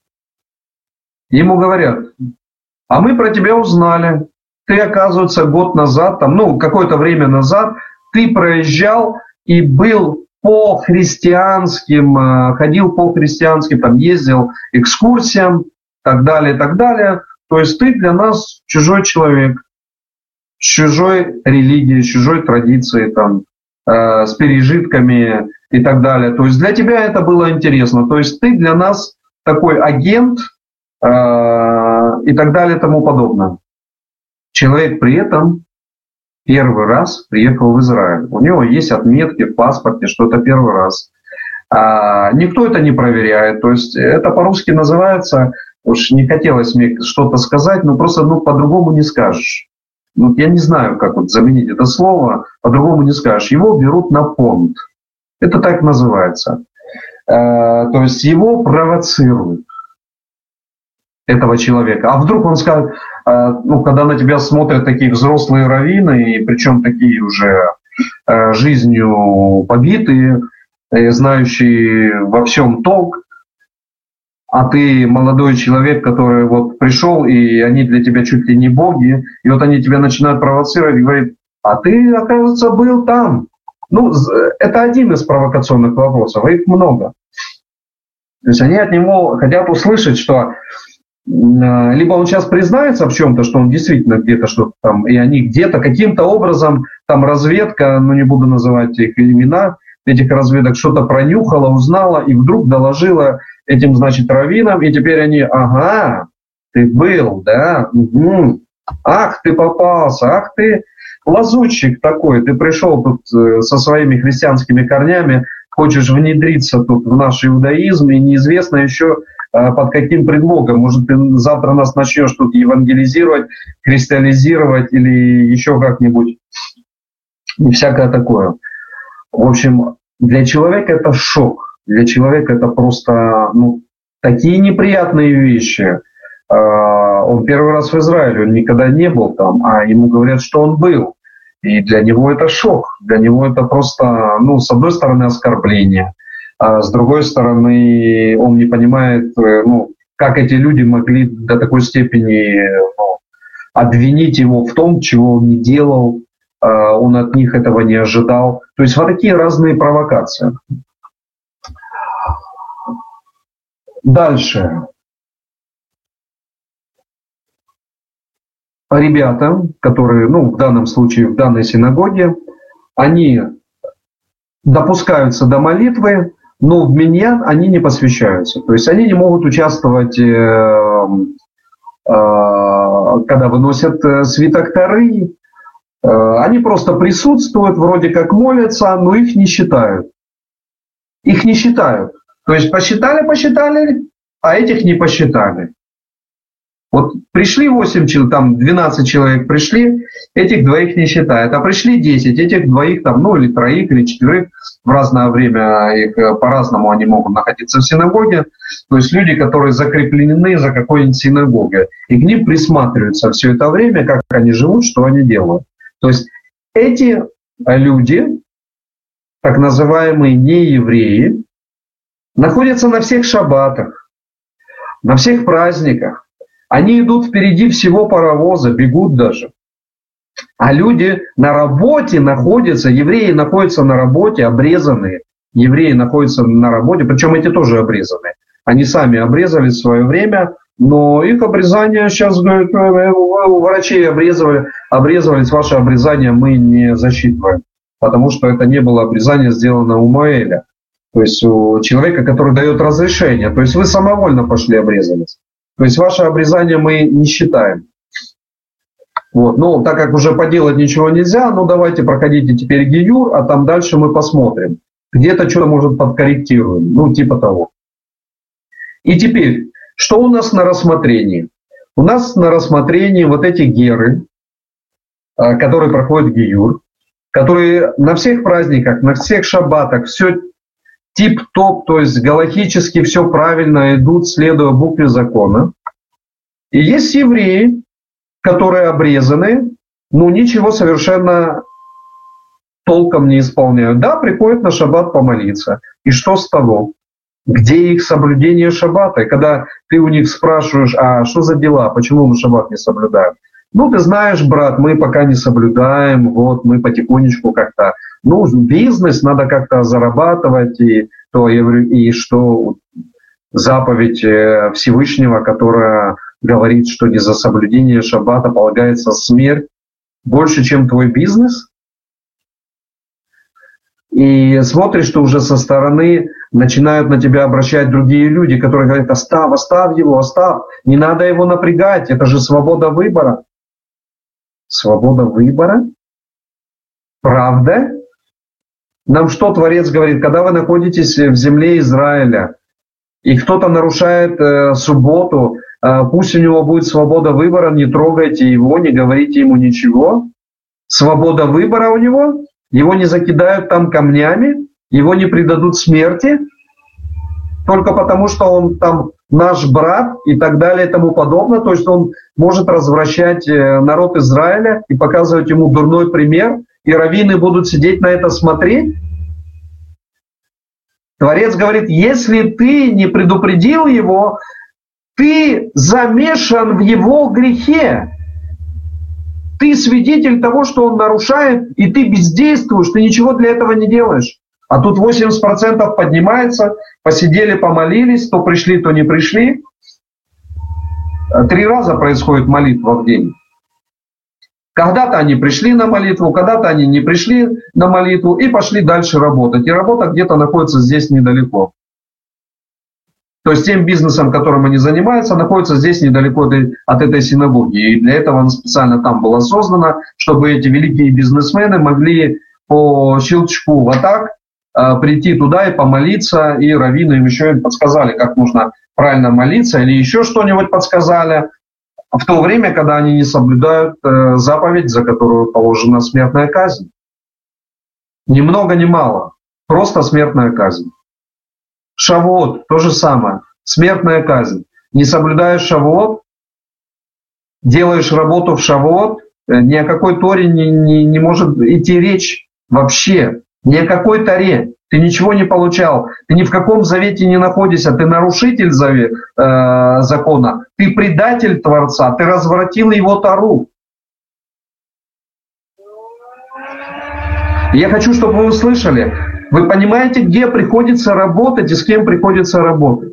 Ему говорят: а мы про тебя узнали. Ты, оказывается, год назад, там, ну, какое-то время назад, ты проезжал и был по христианским, ходил по христианским, там, ездил экскурсиям, так далее, так далее. То есть ты для нас чужой человек, с чужой религией, с чужой традицией, там, э, с пережитками и так далее. То есть для тебя это было интересно. То есть ты для нас такой агент э, и так далее и тому подобное. Человек при этом первый раз приехал в Израиль. У него есть отметки в паспорте, что это первый раз. А никто это не проверяет. То есть это по-русски называется, уж не хотелось мне что-то сказать, но просто, ну, по-другому не скажешь. Ну, я не знаю, как вот заменить это слово, по-другому не скажешь. Его берут на понт. Это так называется. А, то есть его провоцируют, этого человека. А вдруг он скажет, ну, когда на тебя смотрят такие взрослые раввины, и причем такие уже жизнью побитые, знающие во всем толк, а ты молодой человек, который вот пришел, и они для тебя чуть ли не боги, и вот они тебя начинают провоцировать и говорят: а ты, оказывается, был там. Ну, это один из провокационных вопросов, а их много. То есть они от него хотят услышать, что либо он сейчас признается в чем-то, что он действительно где-то что-то там, и они где-то каким-то образом, там разведка, ну не буду называть их имена, этих разведок, что-то пронюхала, узнала и вдруг доложила этим, значит, раввинам, и теперь они: ага, ты был, да, угу. Ах, ты попался, ах ты лазутчик такой, ты пришел тут со своими христианскими корнями, хочешь внедриться тут в наш иудаизм, и неизвестно еще под каким предлогом. Может, ты завтра нас начнешь тут евангелизировать, христианизировать или еще как-нибудь. И всякое такое. В общем, для человека это шок. Для человека это просто, ну, такие неприятные вещи. Он первый раз в Израиле, он никогда не был там, а ему говорят, что он был. И для него это шок, для него это просто, ну, с одной стороны, оскорбление, а с другой стороны, он не понимает, ну, как эти люди могли до такой степени, ну, обвинить его в том, чего он не делал, он от них этого не ожидал. То есть вот такие разные провокации. Дальше. Ребята, которые, ну, в данном случае, в данной синагоге, они допускаются до молитвы, но в миньян они не посвящаются. То есть они не могут участвовать, э, э, когда выносят свиток Торы. Э, они просто присутствуют, вроде как молятся, но их не считают. Их не считают. То есть посчитали, посчитали, а этих не посчитали. Вот пришли восемь человек, там двенадцать человек пришли, этих двоих не считают. А пришли десять, этих двоих там, ну или троих, или четверых, в разное время их по-разному они могут находиться в синагоге. То есть люди, которые закреплены за какой-нибудь синагогой. И к ним присматриваются все это время, как они живут, что они делают. То есть эти люди, так называемые неевреи, находятся на всех шаббатах, на всех праздниках. Они идут впереди всего паровоза, бегут даже. А люди на работе находятся, евреи находятся на работе, обрезанные. Евреи находятся на работе, причем эти тоже обрезаны. Они сами обрезали в свое время, но их обрезание сейчас, говорят, у врачей обрезывали, обрезывались, ваше обрезание мы не засчитываем. Потому что это не было обрезание, сделано у Моэля. То есть у человека, который дает разрешение. То есть вы самовольно пошли обрезались. То есть ваше обрезание мы не считаем. Вот. Ну, так как уже поделать ничего нельзя, ну давайте проходите теперь гиюр, а там дальше мы посмотрим. Где-то что-то, может, подкорректируем. Ну, типа того. И теперь, что у нас на рассмотрении? У нас на рассмотрении вот эти геры, которые проходят гиюр, которые на всех праздниках, на всех шаббатах, все тип-топ, то есть галахически все правильно идут, следуя букве закона. И есть евреи, которые обрезаны, но ничего совершенно толком не исполняют. Да, приходят на шаббат помолиться. И что с того? Где их соблюдение шаббата? И когда ты у них спрашиваешь, а что за дела, почему мы шаббат не соблюдаем? Ну, ты знаешь, брат, мы пока не соблюдаем, вот мы потихонечку как-то, ну, бизнес надо как-то зарабатывать, и, то, и что заповедь Всевышнего, которая говорит, что не за соблюдение шаббата полагается смерть, больше, чем твой бизнес. И смотришь, что уже со стороны начинают на тебя обращать другие люди, которые говорят, оставь, оставь его, оставь, не надо его напрягать, это же свобода выбора. Свобода выбора? Правда? Нам что Творец говорит, когда вы находитесь в земле Израиля, и кто-то нарушает э, субботу, э, пусть у него будет свобода выбора, не трогайте его, не говорите ему ничего. Свобода выбора у него, его не закидают там камнями, его не предадут смерти, только потому, что он там наш брат и так далее и тому подобное. То есть он может развращать народ Израиля и показывать ему дурной пример, и раввины будут сидеть на это смотреть. Творец говорит, если ты не предупредил его, ты замешан в его грехе. Ты свидетель того, что он нарушает, и ты бездействуешь, ты ничего для этого не делаешь. А тут восемьдесят процентов поднимается, посидели, помолились, то пришли, то не пришли. Три раза происходит молитва в день. Когда-то они пришли на молитву, когда-то они не пришли на молитву и пошли дальше работать. И работа где-то находится здесь недалеко. То есть тем бизнесом, которым они занимаются, находится здесь недалеко от этой синагоги. И для этого она специально там была создана, чтобы эти великие бизнесмены могли по щелчку вот так прийти туда и помолиться, и раввины им еще им подсказали, как нужно правильно молиться, или еще что-нибудь подсказали, в то время, когда они не соблюдают заповедь, за которую положена смертная казнь. Ни много ни мало, просто смертная казнь. Шавуот, то же самое, смертная казнь. Не соблюдаешь шавуот, делаешь работу в Шавуот, ни о какой Торе не, не, не может идти речь вообще. Ни о какой Торе. Ты ничего не получал. Ты ни в каком завете не находишься. Ты нарушитель завет, э, закона. Ты предатель Творца. Ты развратил его Тору. Я хочу, чтобы вы услышали. Вы понимаете, где приходится работать и с кем приходится работать.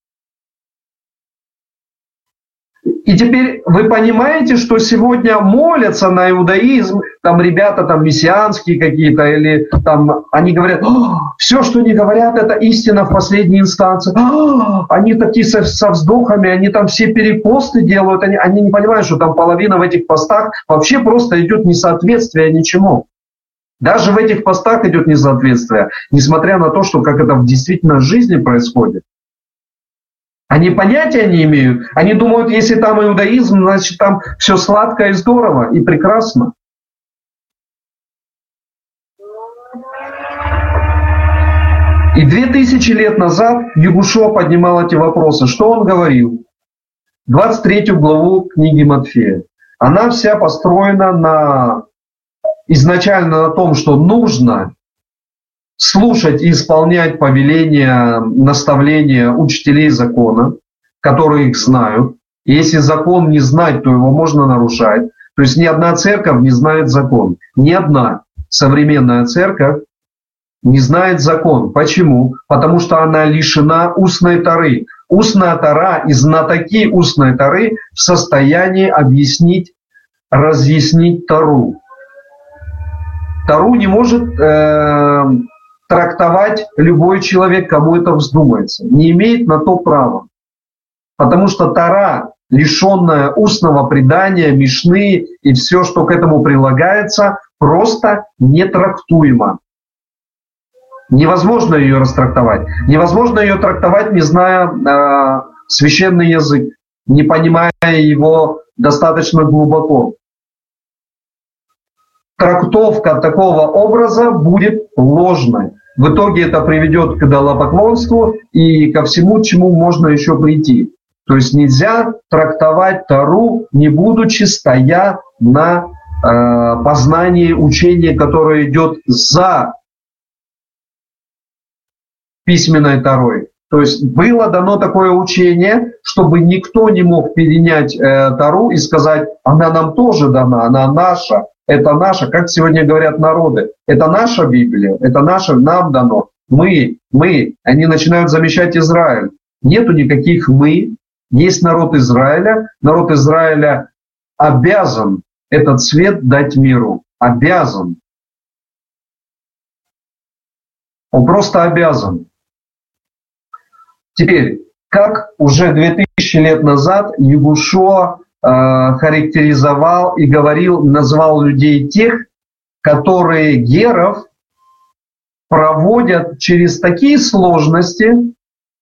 И теперь вы понимаете, что сегодня молятся на иудаизм, там ребята там мессианские какие-то, или там они говорят, все, что они говорят, это истина в последней инстанции. Они такие со, со вздохами, они там все перепосты делают, они, они не понимают, что там половина в этих постах вообще просто идет несоответствие ничему. Даже в этих постах идет несоответствие, несмотря на то, что как это в действительно жизни происходит. Они понятия не имеют. Они думают, если там иудаизм, значит там все сладко и здорово, и прекрасно. И две тысячи лет назад Иегушуа поднимал эти вопросы. Что он говорил? двадцать третью главу книги Матфея. Она вся построена на изначально на том, что нужно слушать и исполнять повеления, наставления учителей закона, которые их знают. И если закон не знать, то его можно нарушать. То есть ни одна церковь не знает закон. Ни одна современная церковь не знает закон. Почему? Потому что она лишена устной Торы. Устная Тора и знатоки устной Торы в состоянии объяснить, разъяснить Тору. Тору не может э, трактовать любой человек, кому это вздумается. Не имеет на то права. Потому что Тора, лишенная устного предания, мишны и все, что к этому прилагается, просто нетрактуема. Невозможно ее растрактовать. Невозможно ее трактовать, не зная э, священный язык, не понимая его достаточно глубоко. Трактовка такого образа будет ложной. В итоге это приведет к идолопоклонству и ко всему, к чему можно еще прийти. То есть нельзя трактовать Тору, не будучи стоя на э, познании учения, которое идет за письменной Торой. То есть было дано такое учение, чтобы никто не мог перенять э, Тору и сказать, она нам тоже дана, она наша. Это наша, как сегодня говорят народы, это наша Библия, это наше, нам дано. Мы, мы, они начинают замещать Израиль. Нету никаких мы, есть народ Израиля. Народ Израиля обязан этот свет дать миру. Обязан. Он просто обязан. Теперь, как уже две тысячи лет назад Иегушуа характеризовал и говорил, назвал людей тех, которые геров проводят через такие сложности,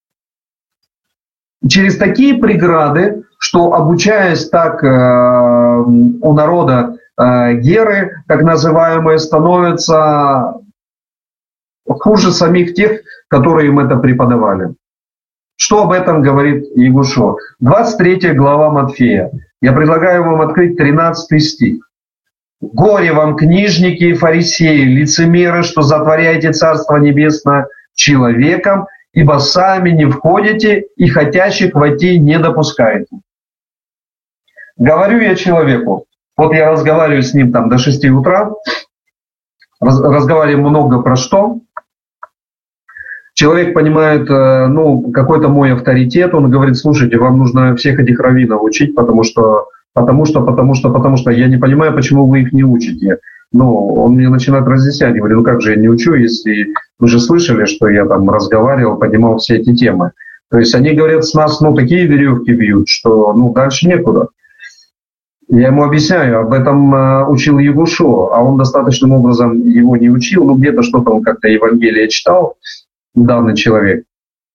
через такие преграды, что, обучаясь так э, у народа, э, геры, так называемые, становятся хуже самих тех, которые им это преподавали. Что об этом говорит Иегушуа? двадцать третья глава Матфея. Я предлагаю вам открыть тринадцатый стих. «Горе вам, книжники и фарисеи, лицемеры, что затворяете Царство Небесное человеком, ибо сами не входите и хотящих войти не допускаете». Говорю я человеку, вот я разговариваю с ним там до шести утра, раз, разговариваем много про что. Человек понимает, ну, какой-то мой авторитет, он говорит, слушайте, вам нужно всех этих раввинов учить, потому что, потому что, потому что, потому что я не понимаю, почему вы их не учите. Ну, он мне начинает разъяснять, я говорю, ну как же я не учу, если вы же слышали, что я там разговаривал, поднимал все эти темы. То есть они говорят, с нас, ну, такие веревки бьют, что, ну, дальше некуда. Я ему объясняю, об этом э, учил Иегушуа, а он достаточным образом его не учил, ну, где-то что-то он как-то Евангелие читал, данный человек,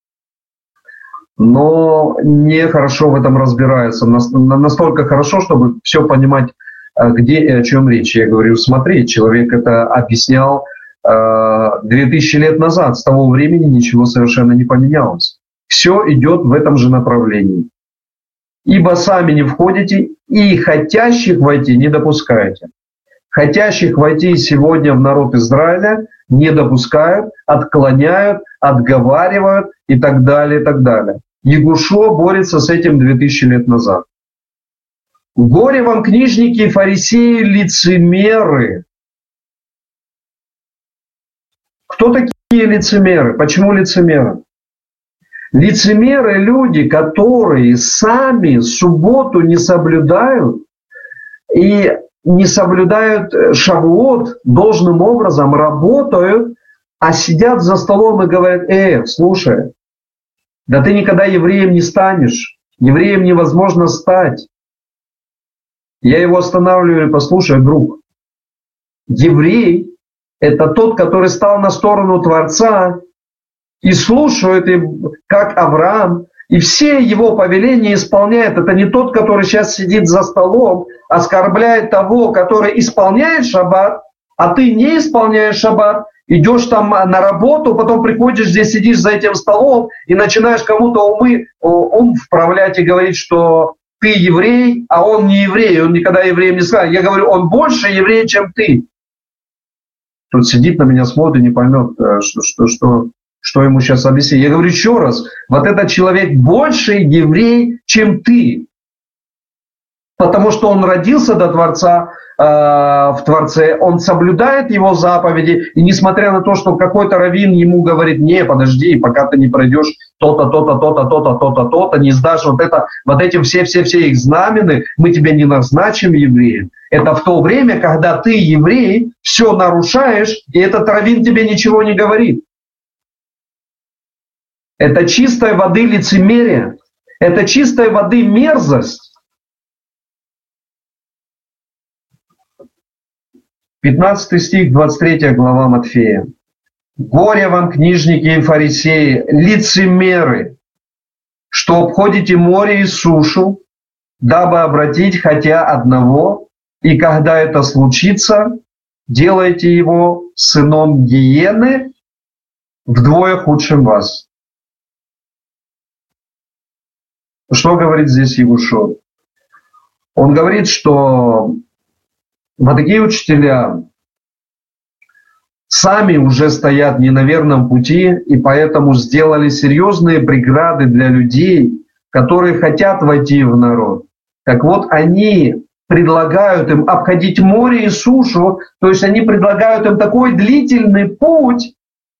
но не хорошо в этом разбирается, настолько хорошо, чтобы все понимать, где и о чем речь. Я говорю, смотри, человек это объяснял две тысячи лет назад, с того времени ничего совершенно не поменялось. Все идет в этом же направлении. ибо сами не входите и хотящих войти не допускаете. Хотящих войти сегодня в народ Израиля не допускают, отклоняют, отговаривают и так далее, и так далее. Егушуа борется с этим две тысячи лет назад. Горе вам, книжники и фарисеи, лицемеры. Кто такие лицемеры? Почему лицемеры? Лицемеры — люди, которые сами субботу не соблюдают и не соблюдают шавуот должным образом, работают, а сидят за столом и говорят: «Э, слушай, да ты никогда евреем не станешь, евреем невозможно стать». Я его останавливаю: послушай, друг, еврей — это тот, который стал на сторону Творца и слушает, и, как Авраам, и все его повеления исполняет. Это не тот, который сейчас сидит за столом, оскорбляет того, который исполняет шаббат, а ты не исполняешь шаббат, идешь там на работу, потом приходишь здесь, сидишь за этим столом и начинаешь кому-то умы, ум вправлять и говорить, что ты еврей, а он не еврей, он никогда евреем не скажет. Я говорю, он больше еврей, чем ты. Тут сидит на меня, смотрит, не поймет, что, что, что, что ему сейчас объяснить. Я говорю еще раз, вот этот человек больше еврей, чем ты. Потому что он родился до Творца, э, в Творце, он соблюдает его заповеди, и несмотря на то, что какой-то раввин ему говорит: не, подожди, пока ты не пройдешь то-то, то-то, то-то, то-то, то-то, то-то, не сдашь вот это, вот этим все-все-все их знамены, мы тебя не назначим евреем. Это в то время, когда ты, еврей, все нарушаешь, и этот раввин тебе ничего не говорит. Это чистой воды лицемерие, это чистой воды мерзость. пятнадцатый стих, двадцать третья глава Матфея. «Горе вам, книжники и фарисеи, лицемеры, что обходите море и сушу, дабы обратить хотя одного, и когда это случится, делайте его сыном гиены, вдвое худшим вас». Что говорит здесь Егушуа? Он говорит, что вот такие учителя сами уже стоят не на верном пути, и поэтому сделали серьезные преграды для людей, которые хотят войти в народ. Так вот, они предлагают им обходить море и сушу, то есть они предлагают им такой длительный путь.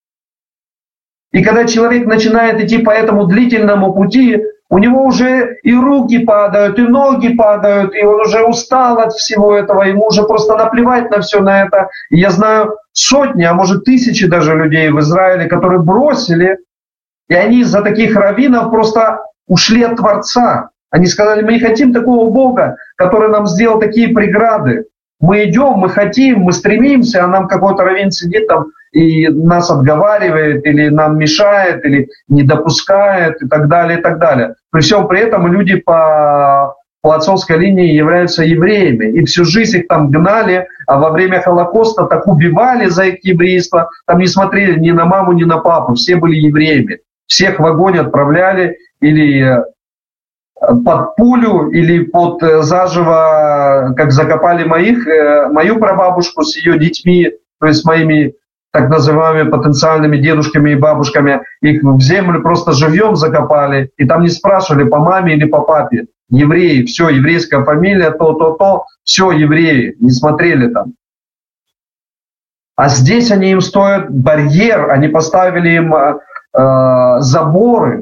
И когда человек начинает идти по этому длительному пути, у него уже и руки падают, и ноги падают, и он уже устал от всего этого, ему уже просто наплевать на все на это. И я знаю сотни, а может тысячи даже людей в Израиле, которые бросили, и они из-за таких раввинов просто ушли от Творца. Они сказали: мы не хотим такого Бога, который нам сделал такие преграды. Мы идем, мы хотим, мы стремимся, а нам какой-то раввин сидит там и нас отговаривает, или нам мешает, или не допускает, и так далее, и так далее. При всем при этом люди по, по отцовской линии являются евреями, и всю жизнь их там гнали, а во время Холокоста так убивали за их еврейство, там не смотрели ни на маму, ни на папу, все были евреями. Всех в огонь отправляли или под пулю, или под заживо, как закопали моих, мою прабабушку с ее детьми, то есть моими так называемыми потенциальными дедушками и бабушками, их в землю просто живьем закопали, и там не спрашивали, по маме или по папе. Евреи, все, еврейская фамилия, то, то, то, все евреи, не смотрели там. А здесь они им стоят барьер, они поставили им э, заборы,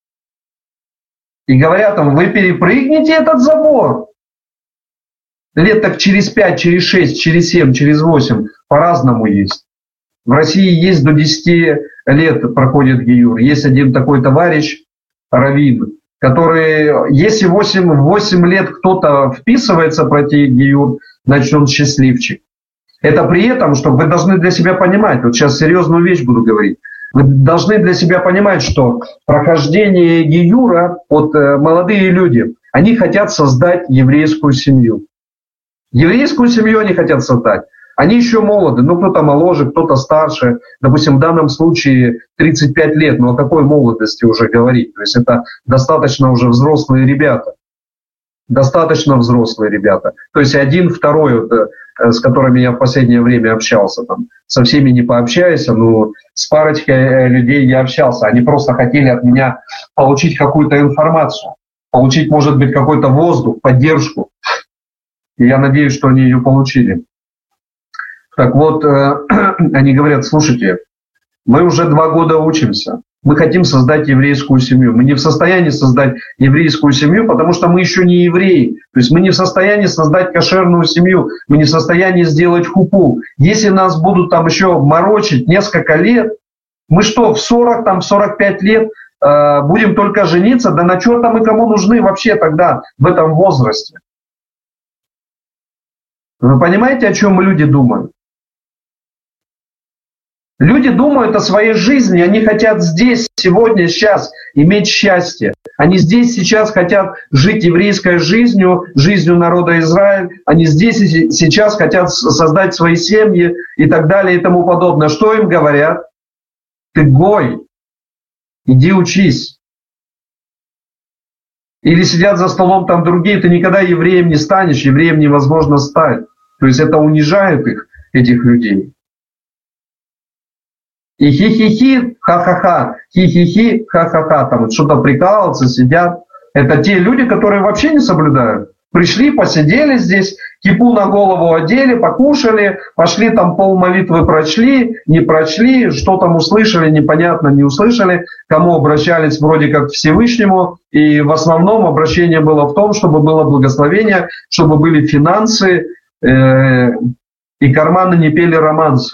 и говорят им: вы перепрыгните этот забор. Лет так через пять, через шесть, через семь, через восемь по-разному есть. В России есть до десяти лет проходит гиюр. Есть один такой товарищ, раввин, который, если восемь, восемь лет кто-то вписывается пройти гиюр, значит он счастливчик. Это при этом, что вы должны для себя понимать, вот сейчас серьезную вещь буду говорить, вы должны для себя понимать, что прохождение гиюра, вот молодые люди, они хотят создать еврейскую семью. Еврейскую семью они хотят создать. Они еще молоды, ну кто-то моложе, кто-то старше. Допустим, в данном случае тридцать пять лет, но о какой молодости уже говорить? То есть это достаточно уже взрослые ребята. достаточно взрослые ребята. То есть один, второй, вот, с которыми я в последнее время общался, там, со всеми не пообщаюсь, но с парочкой людей я общался. Они просто хотели от меня получить какую-то информацию, получить, может быть, какой-то воздух, поддержку. И я надеюсь, что они ее получили. Так вот, они говорят: слушайте, мы уже два года учимся. Мы хотим создать еврейскую семью. Мы не в состоянии создать еврейскую семью, потому что мы еще не евреи. То есть мы не в состоянии создать кошерную семью. Мы не в состоянии сделать хупу. Если нас будут там еще морочить несколько лет, мы что, в сорок, там, сорок пять лет э, будем только жениться? Да на что там и кому нужны вообще тогда в этом возрасте? Вы понимаете, о чем люди думают? Люди думают о своей жизни, они хотят здесь, сегодня, сейчас иметь счастье. Они здесь, сейчас хотят жить еврейской жизнью, жизнью народа Израиль. Они здесь и сейчас хотят создать свои семьи и так далее и тому подобное. Что им говорят? Ты гой, иди учись. Или сидят за столом там другие, ты никогда евреем не станешь, евреем невозможно стать. То есть это унижает их, этих людей. И хи-хи-хи, ха-ха-ха, хи-хи-хи, ха-ха-ха, там что-то прикалываются, сидят. Это те люди, которые вообще не соблюдают. Пришли, посидели здесь, кипу на голову одели, покушали, пошли там пол молитвы прочли, не прочли, что там услышали, непонятно, не услышали, кому обращались вроде как к Всевышнему. И в основном обращение было в том, чтобы было благословение, чтобы были финансы, э, и карманы не пели романсы.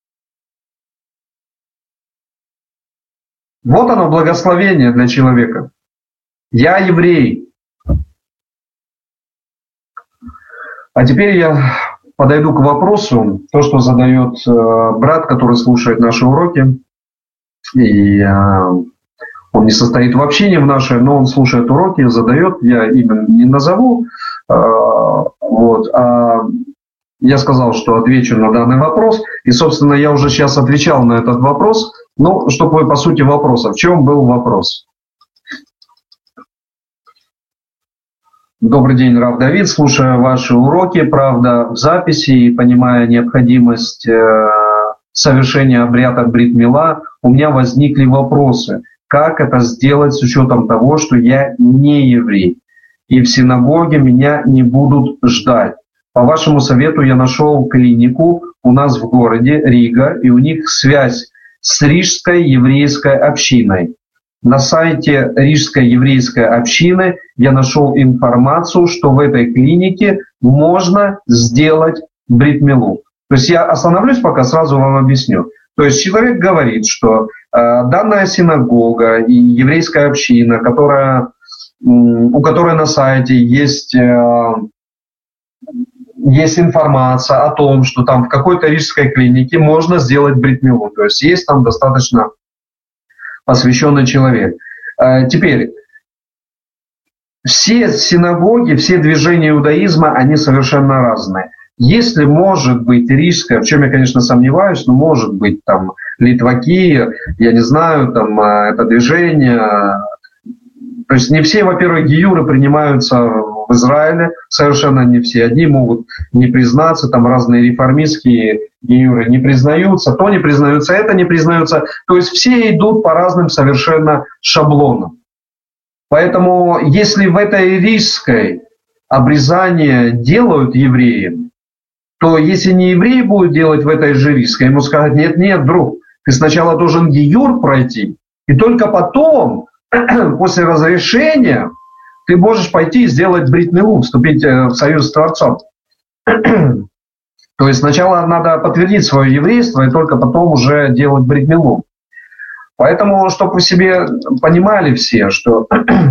Вот оно, благословение для человека. Я еврей. А теперь я подойду к вопросу, то, что задает э, брат, который слушает наши уроки. И э, он не состоит в общении в нашей, но он слушает уроки, задает. Я имя не назову. Э, вот, а я сказал, что отвечу на данный вопрос. И, собственно, я уже сейчас отвечал на этот вопрос. Ну, чтобы вы по сути вопроса. В чем был вопрос? Добрый день, Рав Давид. Слушая ваши уроки, правда, в записи и понимая необходимость э, совершения обряда Брит Мила, у меня возникли вопросы. Как это сделать с учетом того, что я не еврей? И в синагоге меня не будут ждать. По вашему совету я нашел клинику у нас в городе Рига, и у них связь с Рижской еврейской общиной. На сайте Рижской еврейской общины я нашел информацию, что в этой клинике можно сделать брит милу. То есть я остановлюсь, пока сразу вам объясню. То есть человек говорит, что э, данная синагога и еврейская община, которая, э, у которой на сайте есть... Э, Есть информация о том, что там в какой-то рижской клинике можно сделать брит милу. То есть есть там достаточно посвященный человек. Теперь, все синагоги, все движения иудаизма, они совершенно разные. Если может быть рижская, в чем я, конечно, сомневаюсь, но может быть там литваки, я не знаю, там это движение. То есть не все, во-первых, гиюры принимаются в Израиле, совершенно не все. Одни могут не признаться, там разные реформистские гиюры не признаются, то не признаются, это не признаются. То есть все идут по разным совершенно шаблонам. Поэтому если в этой рижской обрезание делают евреям, то если не еврей будет делать в этой же рижской, ему скажут: нет, нет, друг, ты сначала должен гиюр пройти, и только потом, после разрешения, ты можешь пойти и сделать брит милу, вступить в союз с Творцом. То есть сначала надо подтвердить свое еврейство, и только потом уже делать брит милу. Поэтому, чтобы вы себе понимали все, что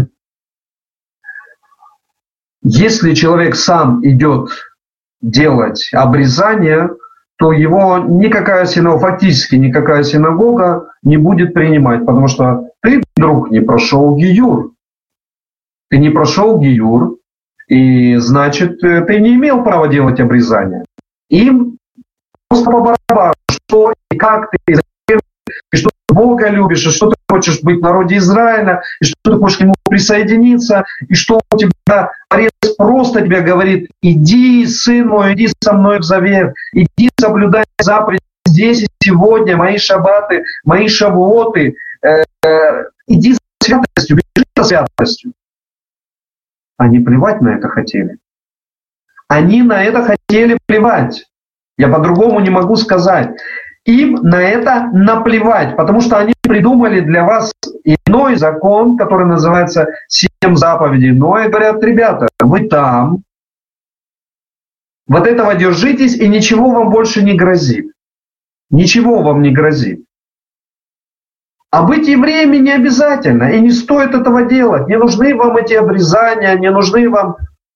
если человек сам идет делать обрезание, то его никакая синагога, фактически никакая синагога не будет принимать, потому что ты, друг, не прошел гиюр. Ты не прошел гиюр, и значит, ты не имел права делать обрезание. Им просто по барабану, что и как ты, и зачем, и что ты Бога любишь, и что ты хочешь быть в народе Израиля, и что ты хочешь к нему присоединиться, и что у тебя Творец просто тебе говорит: иди, сын мой, иди со мной в завет, иди соблюдай заповеди здесь и сегодня, мои шаббаты, мои шавуоты, э, э, иди за святостью, бежи за святостью. Они плевать на это хотели. Они на это хотели плевать. Я по-другому не могу сказать. Им на это наплевать, потому что они придумали для вас иной закон, который называется «Семь заповедей». Но и говорят: ребята, вы там, вот этого держитесь, и ничего вам больше не грозит. Ничего вам не грозит. А быть евреями не обязательно, и не стоит этого делать. Не нужны вам эти обрезания, не нужны вам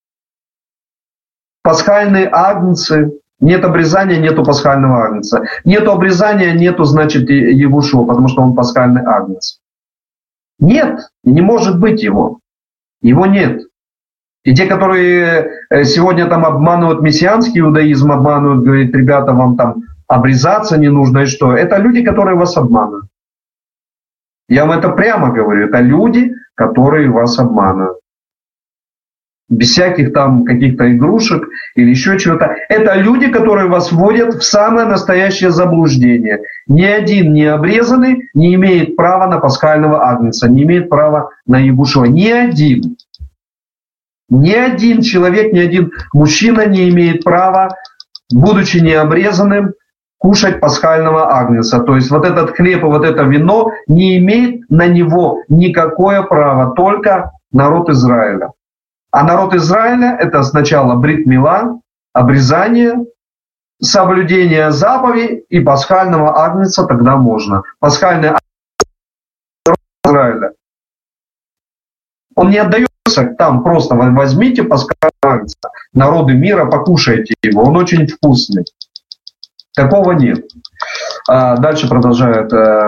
пасхальные агнцы. Нет обрезания, нету пасхального агнца. Нету обрезания, нету, значит, Иегушуа, потому что он пасхальный агнец. Нет, не может быть его. Его нет. И те, которые сегодня там обманывают мессианский иудаизм, обманывают, говорят: ребята, вам там обрезаться не нужно, и что? Это люди, которые вас обманывают. Я вам это прямо говорю. Это люди, которые вас обманывают. Без всяких там каких-то игрушек или еще чего-то. Это люди, которые вас вводят в самое настоящее заблуждение. Ни один не обрезанный не имеет права на пасхального агнца, не имеет права на Иегушуа. Ни один. Ни один человек, ни один мужчина не имеет права, будучи необрезанным, кушать пасхального агнца. То есть вот этот хлеб и вот это вино не имеет на него никакое право, только народ Израиля. А народ Израиля — это сначала брит мила, обрезание, соблюдение заповедей и пасхального агнца тогда можно. Пасхальный агнец Израиля. Он не отдается там просто: возьмите пасхального агнца, народы мира, покушайте его, он очень вкусный. Такого нет. А дальше продолжает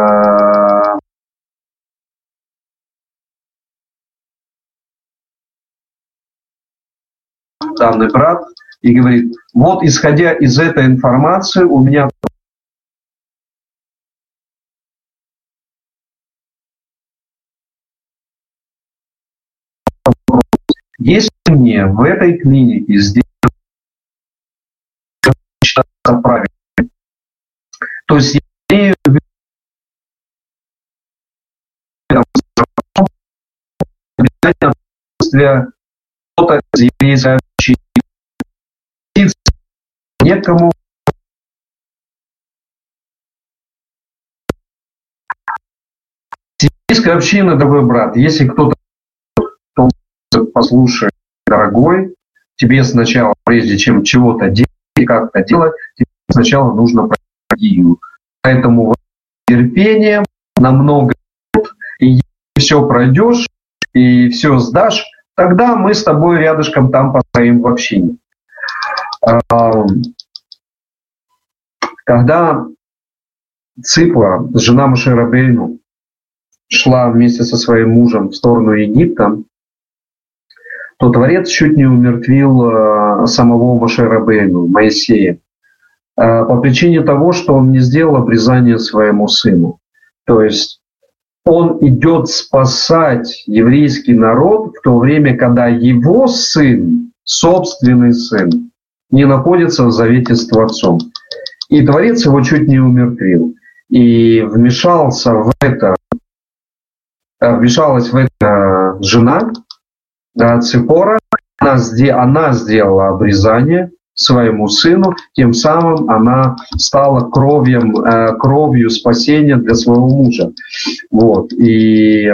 данный брат и говорит: вот исходя из этой информации у меня если мне в этой клинике сделать правильно, то есть я имею в виду кто-то из еврейской общины, некому еврейская община, дорогой брат, если кто-то послушай, дорогой, тебе сначала, прежде чем чего-то делать, как-то делать, тебе сначала нужно пройти. Поэтому терпением намного лет, и если все пройдешь и все сдашь, тогда мы с тобой рядышком там постоим в общине. Когда Ципра, жена Моше Рабейну, шла вместе со своим мужем в сторону Египта, то Творец чуть не умертвил самого Моше Рабейну, Моисея, по причине того, что он не сделал обрезание своему сыну. То есть он идет спасать еврейский народ в то время, когда его сын, собственный сын, не находится в завете с Творцом. И Творец его чуть не умертвил. И вмешался в это, вмешалась в это жена, Ципора, она, она сделала обрезание своему сыну, тем самым она стала кровью, кровью спасения для своего мужа. Вот. И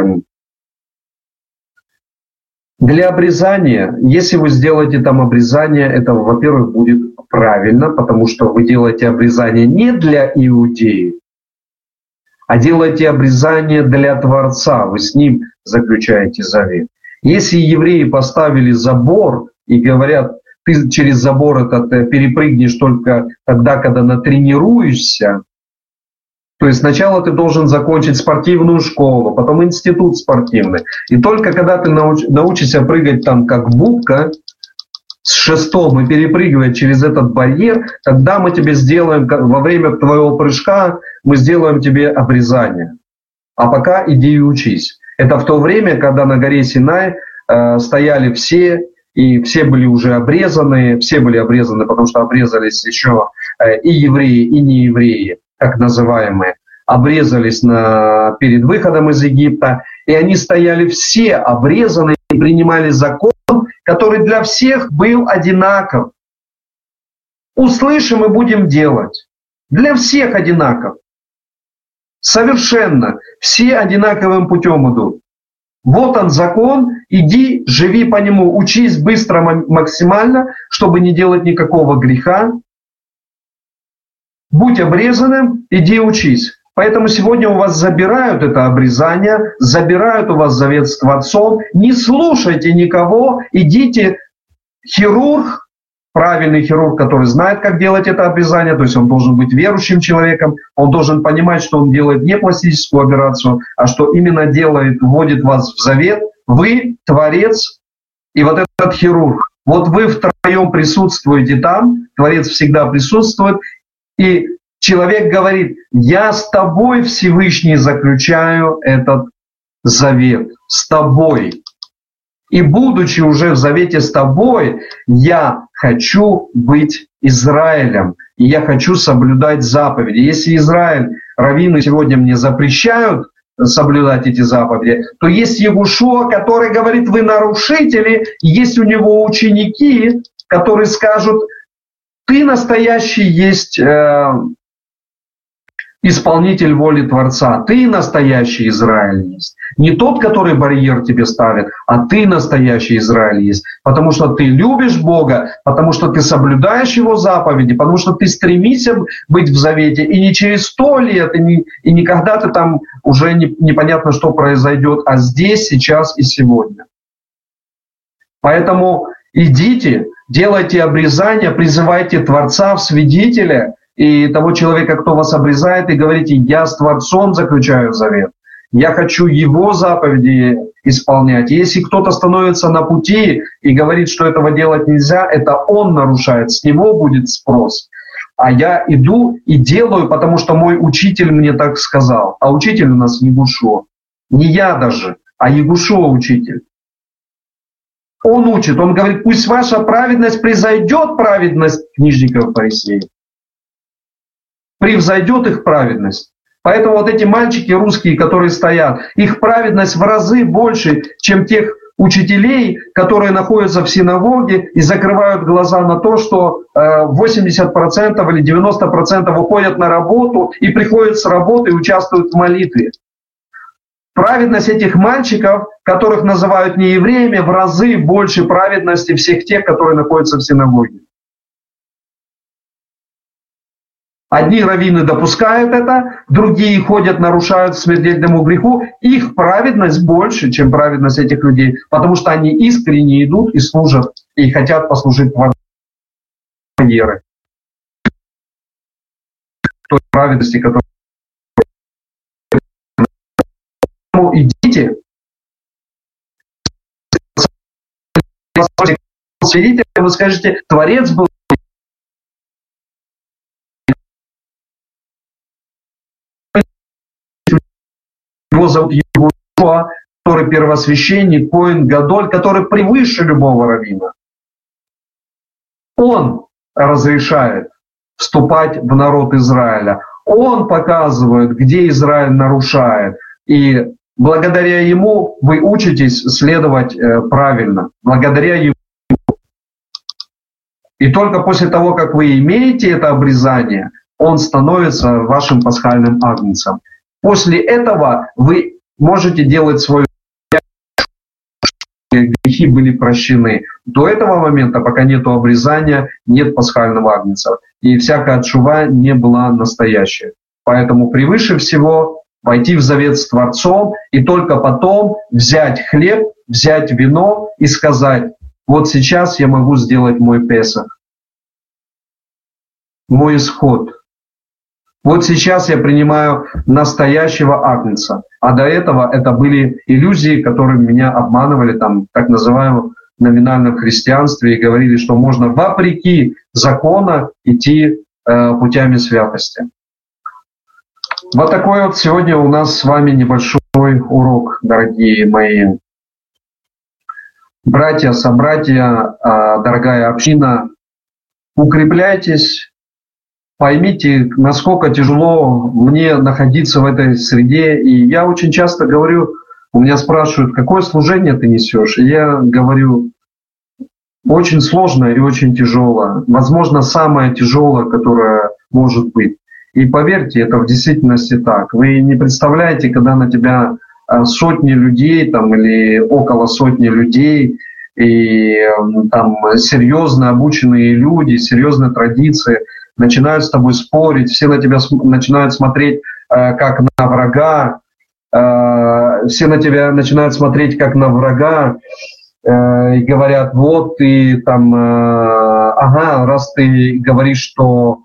для обрезания, если вы сделаете там обрезание, это, во-первых, будет правильно, потому что вы делаете обрезание не для иудеев, а делаете обрезание для Творца, вы с ним заключаете завет. Если евреи поставили забор и говорят: ты через забор этот перепрыгнешь только тогда, когда натренируешься, то есть сначала ты должен закончить спортивную школу, потом институт спортивный. И только когда ты науч, научишься прыгать там как будка с шестом и перепрыгивать через этот барьер, тогда мы тебе сделаем, во время твоего прыжка, мы сделаем тебе обрезание. а пока иди и учись. Это в то время, когда на горе Синай э, стояли все, и все были уже обрезаны, все были обрезаны, потому что обрезались еще э, и евреи, и неевреи, так называемые, обрезались на, перед выходом из Египта, и они стояли все обрезанные и принимали закон, который для всех был одинаков. Услышим и будем делать. Для всех одинаков. Совершенно. Все одинаковым путем идут. Вот он закон, иди, живи по нему, учись быстро, максимально, чтобы не делать никакого греха. Будь обрезанным, иди учись. Поэтому сегодня у вас забирают это обрезание, забирают у вас завет с Творцом. Не слушайте никого, идите, хирург, правильный хирург, который знает, как делать это обрезание, то есть он должен быть верующим человеком, он должен понимать, что он делает не пластическую операцию, а что именно делает, вводит вас в завет. Вы, Творец, и вот этот хирург. Вот вы втроем присутствуете там, Творец всегда присутствует, и человек говорит: я с тобой, Всевышний, заключаю этот завет, с тобой. И будучи уже в завете с тобой, я хочу быть Израилем, и я хочу соблюдать заповеди. Если Израиль, раввины сегодня мне запрещают соблюдать эти заповеди, то есть Егушуа, который говорит: вы нарушители, и есть у него ученики, которые скажут: ты настоящий есть э, исполнитель воли Творца, ты настоящий Израиль есть. Не тот, который барьер тебе ставит, а ты настоящий Израиль есть. Потому что ты любишь Бога, потому что ты соблюдаешь Его заповеди, потому что ты стремишься быть в завете. И не через сто лет, и не, и не когда ты там уже не, непонятно, что произойдет, а здесь, сейчас и сегодня. Поэтому идите, делайте обрезание, призывайте Творца в свидетеля и того человека, кто вас обрезает, и говорите: я с Творцом заключаю завет. Я хочу Его заповеди исполнять. Если кто-то становится на пути и говорит, что этого делать нельзя, это он нарушает, с него будет спрос. А я иду и делаю, потому что мой учитель мне так сказал. А учитель у нас Егушуа. Не я даже, а Егушуа учитель. Он учит, он говорит: пусть ваша праведность превзойдет праведность книжников и фарисеев. Превзойдет их праведность. Поэтому вот эти мальчики русские, которые стоят, их праведность в разы больше, чем тех учителей, которые находятся в синагоге и закрывают глаза на то, что восемьдесят процентов или девяносто процентов уходят на работу и приходят с работы и участвуют в молитве. Праведность этих мальчиков, которых называют неевреями, в разы больше праведности всех тех, которые находятся в синагоге. Одни раввины допускают это, другие ходят, нарушают смертельному греху. Их праведность больше, чем праведность этих людей, потому что они искренне идут и служат, и хотят послужить Творцу веры. Той праведности, которая... Идите. Свидетель, вы скажете: Творец был. Его зовут Егушуа, который первосвященник, коэн гадоль, который превыше любого раввина. Он разрешает вступать в народ Израиля. Он показывает, где Израиль нарушает. И благодаря ему вы учитесь следовать правильно. Благодаря ему. И только после того, как вы имеете это обрезание, он становится вашим пасхальным агнцем. После этого вы можете делать свою грехи были прощены. До этого момента, пока нет обрезания, нет пасхального агнца. И всякая тшува не была настоящая. Поэтому превыше всего войти в завет с Творцом и только потом взять хлеб, взять вино и сказать: вот сейчас я могу сделать мой Песах, мой исход. Вот сейчас я принимаю настоящего агнца. А до этого это были иллюзии, которые меня обманывали там, так называемом номинальном христианстве, и говорили, что можно вопреки закону идти э, путями святости. Вот такой вот сегодня у нас с вами небольшой урок, дорогие мои братья, собратья, дорогая община. Укрепляйтесь, поймите, насколько тяжело мне находиться в этой среде. И я очень часто говорю, у меня спрашивают, какое служение ты несешь? И я говорю, очень сложно и очень тяжело. Возможно, самое тяжелое, которое может быть. И поверьте, это в действительности так. Вы не представляете, когда на тебя сотни людей там, или около сотни людей, и там серьезно обученные люди, серьезные традиции начинают с тобой спорить, все на тебя начинают смотреть как на врага, все на тебя начинают смотреть как на врага, и говорят, вот ты там, ага, раз ты говоришь, что...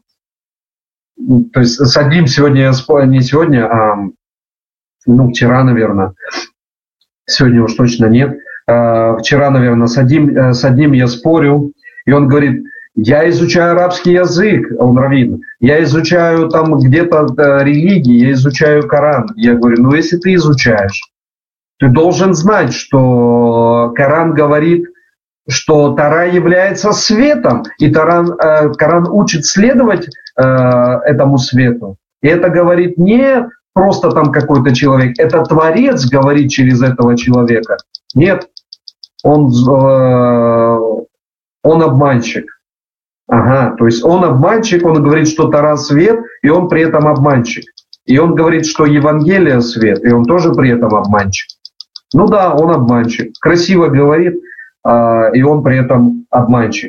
То есть с одним сегодня, не сегодня, а ну, вчера, наверное, сегодня уж точно нет, вчера, наверное, с одним, с одним я спорю, и он говорит, я изучаю арабский язык, он раввин, я изучаю там где-то религии, я изучаю Коран. Я говорю, ну если ты изучаешь, ты должен знать, что Коран говорит, что Тора является светом, и Коран, э, Коран учит следовать э, этому свету. И это говорит не просто там какой-то человек, это Творец говорит через этого человека. Нет, он, э, он обманщик. Ага, то есть он обманщик, он говорит, что Тора свет, и он при этом обманщик. И он говорит, что Евангелие свет, и он тоже при этом обманщик. Ну да, он обманщик. Красиво говорит, и он при этом обманщик.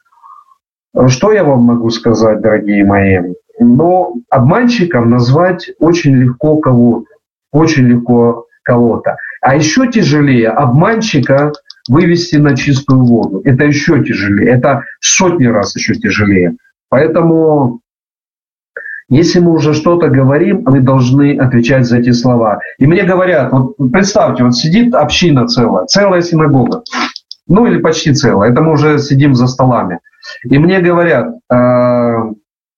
Что я вам могу сказать, дорогие мои? Но обманщиком назвать очень легко кого-то. Очень легко кого-то. А еще тяжелее обманщика вывести на чистую воду. Это еще тяжелее. Это сотни раз еще тяжелее. Поэтому, если мы уже что-то говорим, мы должны отвечать за эти слова. И мне говорят, вот представьте, вот сидит община целая, целая синагога. Ну или почти целая. Это мы уже сидим за столами. И мне говорят, э,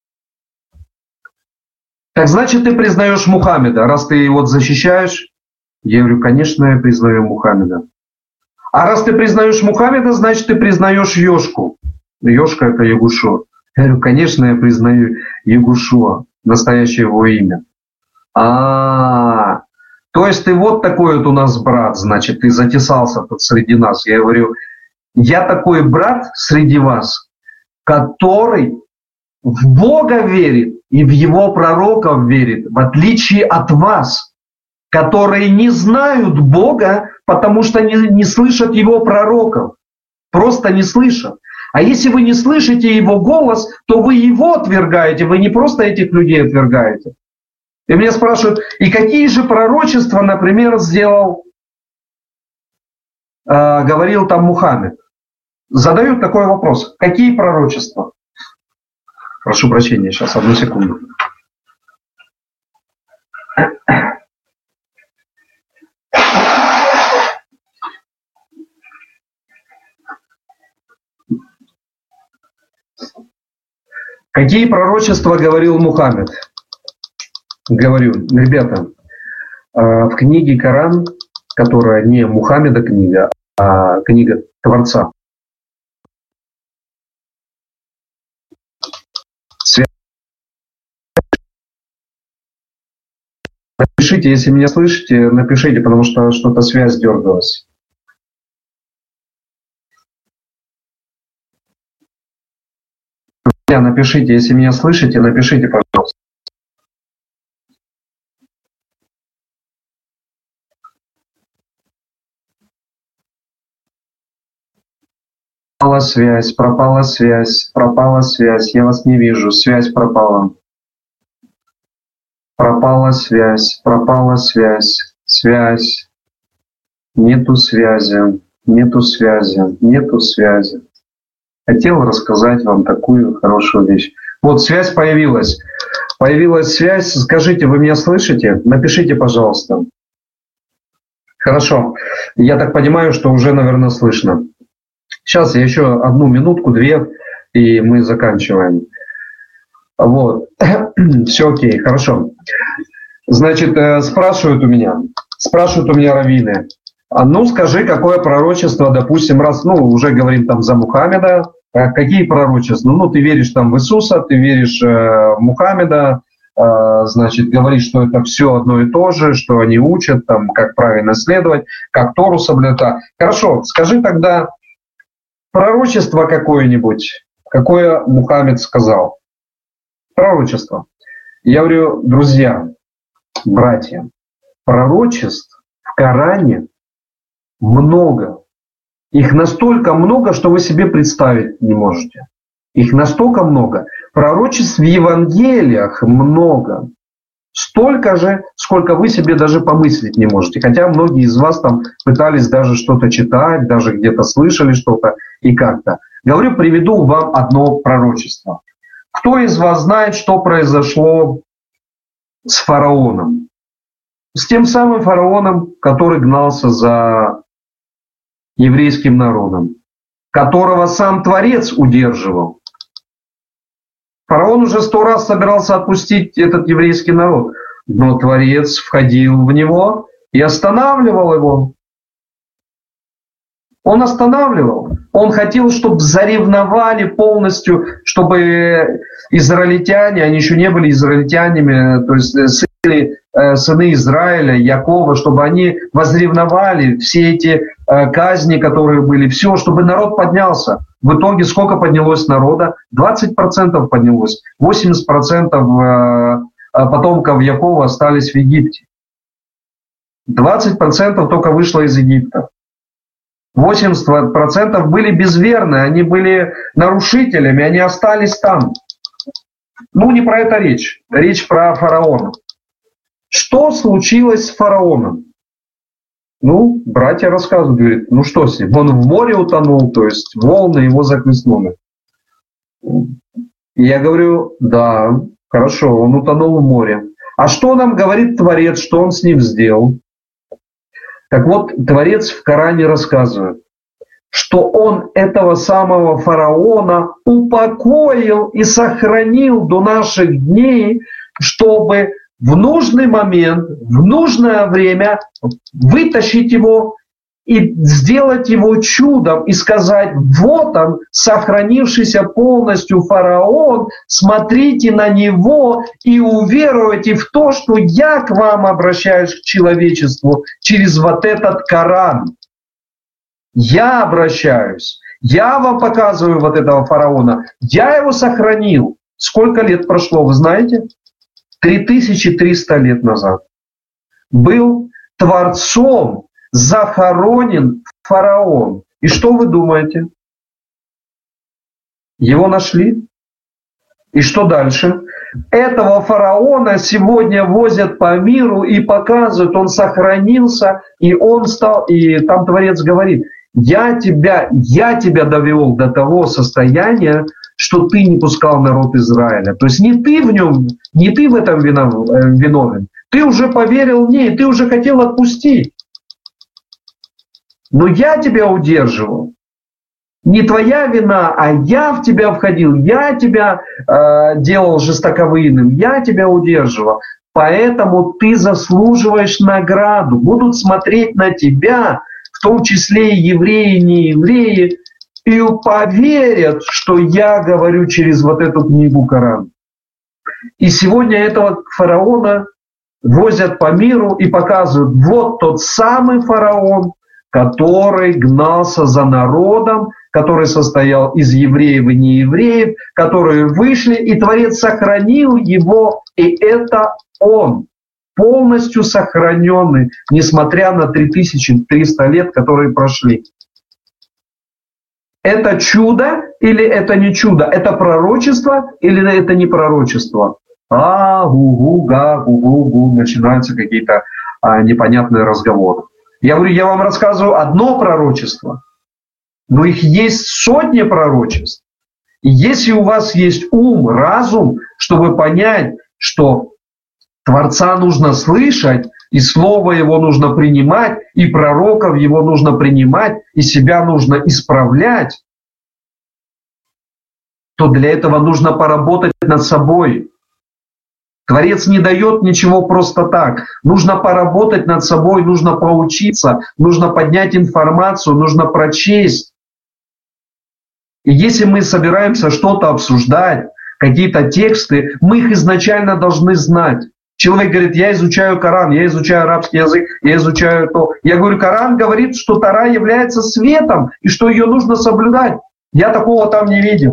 так значит ты признаешь Мухаммеда, раз ты его защищаешь? Я говорю, конечно, я признаю Мухаммеда. А раз ты признаешь Мухаммеда, значит ты признаешь Йошку. Йошка это Ягушо. Я говорю, конечно, я признаю Ягушо, настоящее его имя. А-а-а. То есть ты вот такой вот у нас брат, значит, ты затесался тут среди нас. Я говорю, я такой брат среди вас, который в Бога верит и в Его пророков верит, в отличие от вас, которые не знают Бога, потому что не, не слышат Его пророков. Просто не слышат. А если вы не слышите Его голос, то вы Его отвергаете, вы не просто этих людей отвергаете. И меня спрашивают, и какие же пророчества, например, сделал, э, говорил там Мухаммед? Задают такой вопрос. Какие пророчества? Прошу прощения, сейчас, одну секунду. Какие пророчества говорил Мухаммед? Говорю, ребята, в книге Коран, которая не Мухаммеда книга, а книга Творца, напишите, если меня слышите, напишите, потому что что-то связь дергалась. Напишите, если меня слышите, напишите, пожалуйста. Пропала связь, пропала связь, пропала связь, я вас не вижу, связь пропала. Пропала связь, пропала связь, связь, нету связи, нету связи, нету связи. Хотел рассказать вам такую хорошую вещь. Вот связь появилась. Появилась связь. Скажите, вы меня слышите? Напишите, пожалуйста. Хорошо. Я так понимаю, что уже, наверное, слышно. Сейчас я еще одну минутку, две, и мы заканчиваем. Вот. Все окей, хорошо. Значит, спрашивают у меня, спрашивают у меня раввины, а ну скажи, какое пророчество, допустим, раз, ну уже говорим там за Мухаммеда, какие пророчества? Ну ты веришь там в Иисуса, ты веришь э, в Мухаммеда, э, значит, говоришь, что это все одно и то же, что они учат, там, как правильно следовать, как Тору соблюдать. Хорошо, скажи тогда пророчество какое-нибудь, какое Мухаммед сказал. Пророчество. Я говорю, друзья, братья, пророчеств в Коране много. Их настолько много, что вы себе представить не можете. Их настолько много. Пророчеств в Евангелиях много. Столько же, сколько вы себе даже помыслить не можете. Хотя многие из вас там пытались даже что-то читать, даже где-то слышали что-то и как-то. Говорю, приведу вам одно пророчество. Кто из вас знает, что произошло с фараоном? С тем самым фараоном, который гнался за еврейским народом, которого сам Творец удерживал. Фараон уже сто раз собирался отпустить этот еврейский народ, но Творец входил в него и останавливал его. Он останавливал. Он хотел, чтобы заревновали полностью, чтобы израильтяне, они еще не были израильтянами, то есть сыны, сыны Израиля, Якова, чтобы они возревновали все эти казни, которые были, все, чтобы народ поднялся. В итоге сколько поднялось народа? двадцать процентов поднялось. восемьдесят процентов потомков Якова остались в Египте. двадцать процентов только вышло из Египта. восемьдесят процентов были безверны, они были нарушителями, они остались там. Ну, не про это речь. Речь про фараона. Что случилось с фараоном? Ну, братья рассказывают, говорят, ну что с ним? Он в море утонул, то есть волны его захлестнули. Я говорю, да, хорошо, он утонул в море. А что нам говорит Творец, что он с ним сделал? Так вот, Творец в Коране рассказывает, что он этого самого фараона упокоил и сохранил до наших дней, чтобы в нужный момент, в нужное время вытащить его и сделать его чудом и сказать, вот он, сохранившийся полностью фараон, смотрите на него и уверуйте в то, что я к вам обращаюсь, к человечеству, через вот этот Коран. Я обращаюсь, я вам показываю вот этого фараона, я его сохранил. Сколько лет прошло, вы знаете? три тысячи триста лет назад. Был Творцом захоронен фараон. И что вы думаете? Его нашли? И что дальше? Этого фараона сегодня возят по миру и показывают, он сохранился, и он стал, и там Творец говорит, я тебя, я тебя довел до того состояния, что ты не пускал народ Израиля. То есть не ты в нем, не ты в этом виновен. Ты уже поверил мне, ты уже хотел отпустить. Но я тебя удерживал. Не твоя вина, а я в тебя входил, я тебя э, делал жестоковыйным, я тебя удерживал. Поэтому ты заслуживаешь награду. Будут смотреть на тебя, в том числе и евреи, и не евреи, и поверят, что я говорю через вот эту книгу Коран. И сегодня этого фараона возят по миру и показывают, вот тот самый фараон, который гнался за народом, который состоял из евреев и неевреев, которые вышли, и Творец сохранил его, и это он, полностью сохраненный, несмотря на три тысячи триста лет, которые прошли. Это чудо или это не чудо? Это пророчество или это не пророчество? А, гу-гу, га, гу-гу-гу, начинаются какие-то а, непонятные разговоры. Я говорю, я вам рассказываю одно пророчество, но их есть сотни пророчеств. И если у вас есть ум, разум, чтобы понять, что Творца нужно слышать, и Слово Его нужно принимать, и пророков Его нужно принимать, и себя нужно исправлять, то для этого нужно поработать над собой. Творец не дает ничего просто так. Нужно поработать над собой, нужно поучиться, нужно поднять информацию, нужно прочесть. И если мы собираемся что-то обсуждать, какие-то тексты, мы их изначально должны знать. Человек говорит, я изучаю Коран, я изучаю арабский язык, я изучаю то. Я говорю, Коран говорит, что Тора является светом, и что ее нужно соблюдать. Я такого там не видел.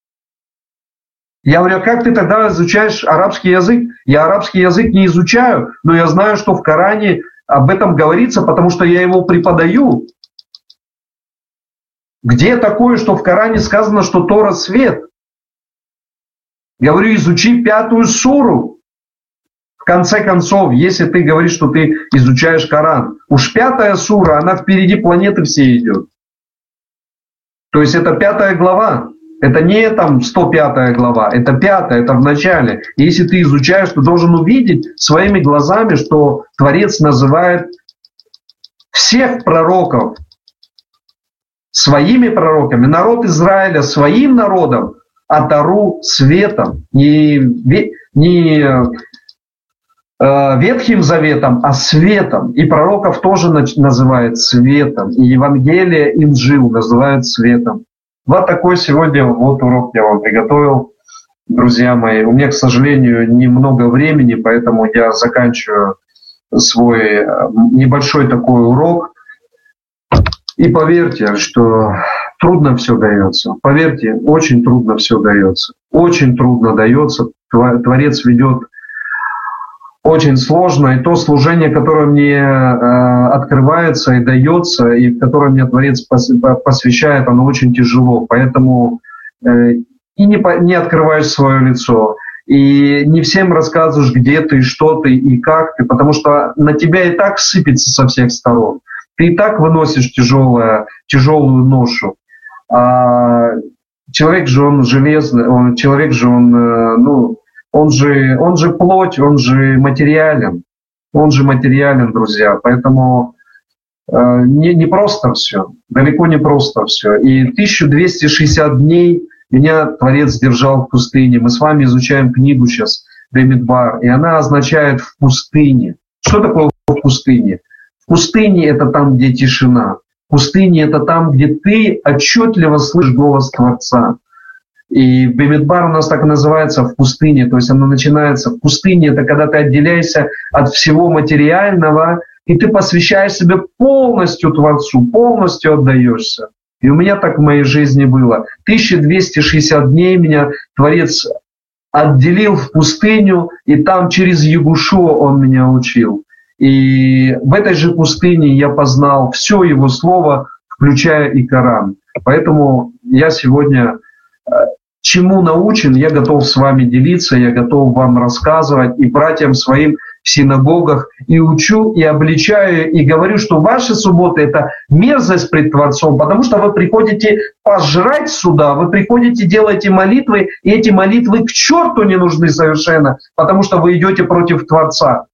Я говорю, а как ты тогда изучаешь арабский язык? Я арабский язык не изучаю, но я знаю, что в Коране об этом говорится, потому что я его преподаю. Где такое, что в Коране сказано, что Тора свет? Я говорю, изучи пятую суру. В конце концов, если ты говоришь, что ты изучаешь Коран, уж пятая сура, она впереди планеты всей идет. То есть это пятая глава. Это не там сто пятая глава, это пятая, это в начале. И если ты изучаешь, ты должен увидеть своими глазами, что Творец называет всех пророков своими пророками, народ Израиля своим народом, а Тору светом. Не, не э, Ветхим Заветом, а светом. И пророков тоже называют светом. И Евангелие Инжил называют светом. Вот такой сегодня вот урок я вам приготовил, друзья мои. У меня, к сожалению, немного времени, поэтому я заканчиваю свой небольшой такой урок. И поверьте, что трудно все дается. Поверьте, очень трудно все дается. Очень трудно дается. Творец ведет очень сложно. И то служение, которое мне э, открывается и дается, и которое мне Творец посвящает, оно очень тяжело. Поэтому э, и не, не открываешь свое лицо, и не всем рассказываешь, где ты, что ты и как ты, потому что на тебя и так сыпется со всех сторон. Ты и так выносишь тяжелое, тяжелую ношу. А человек же он железный, он, человек же он, э, ну, Он же, он же плоть, он же материален. Он же материален, друзья. Поэтому э, не, не просто все. Далеко не просто все. И тысяча двести шестьдесят дней меня Творец держал в пустыне. Мы с вами изучаем книгу сейчас Бемидбар. И она означает «в пустыне». Что такое «в пустыне»? В пустыне — это там, где тишина. В пустыне — это там, где ты отчетливо слышишь голос Творца. И Бемидбар у нас так и называется «в пустыне». То есть оно начинается в пустыне. Это когда ты отделяешься от всего материального, и ты посвящаешь себя полностью Творцу, полностью отдаешься. И у меня так в моей жизни было. тысяча двести шестьдесят дней меня Творец отделил в пустыню, и там через Ягушуа Он меня учил. И в этой же пустыне я познал все Его Слово, включая и Коран. Поэтому я сегодня... Чему научен, я готов с вами делиться, я готов вам рассказывать и братьям своим в синагогах, и учу, и обличаю, и говорю, что ваши субботы — это мерзость пред Творцом, потому что вы приходите пожрать сюда, вы приходите, делаете молитвы, и эти молитвы к черту не нужны совершенно, потому что вы идете против Творца.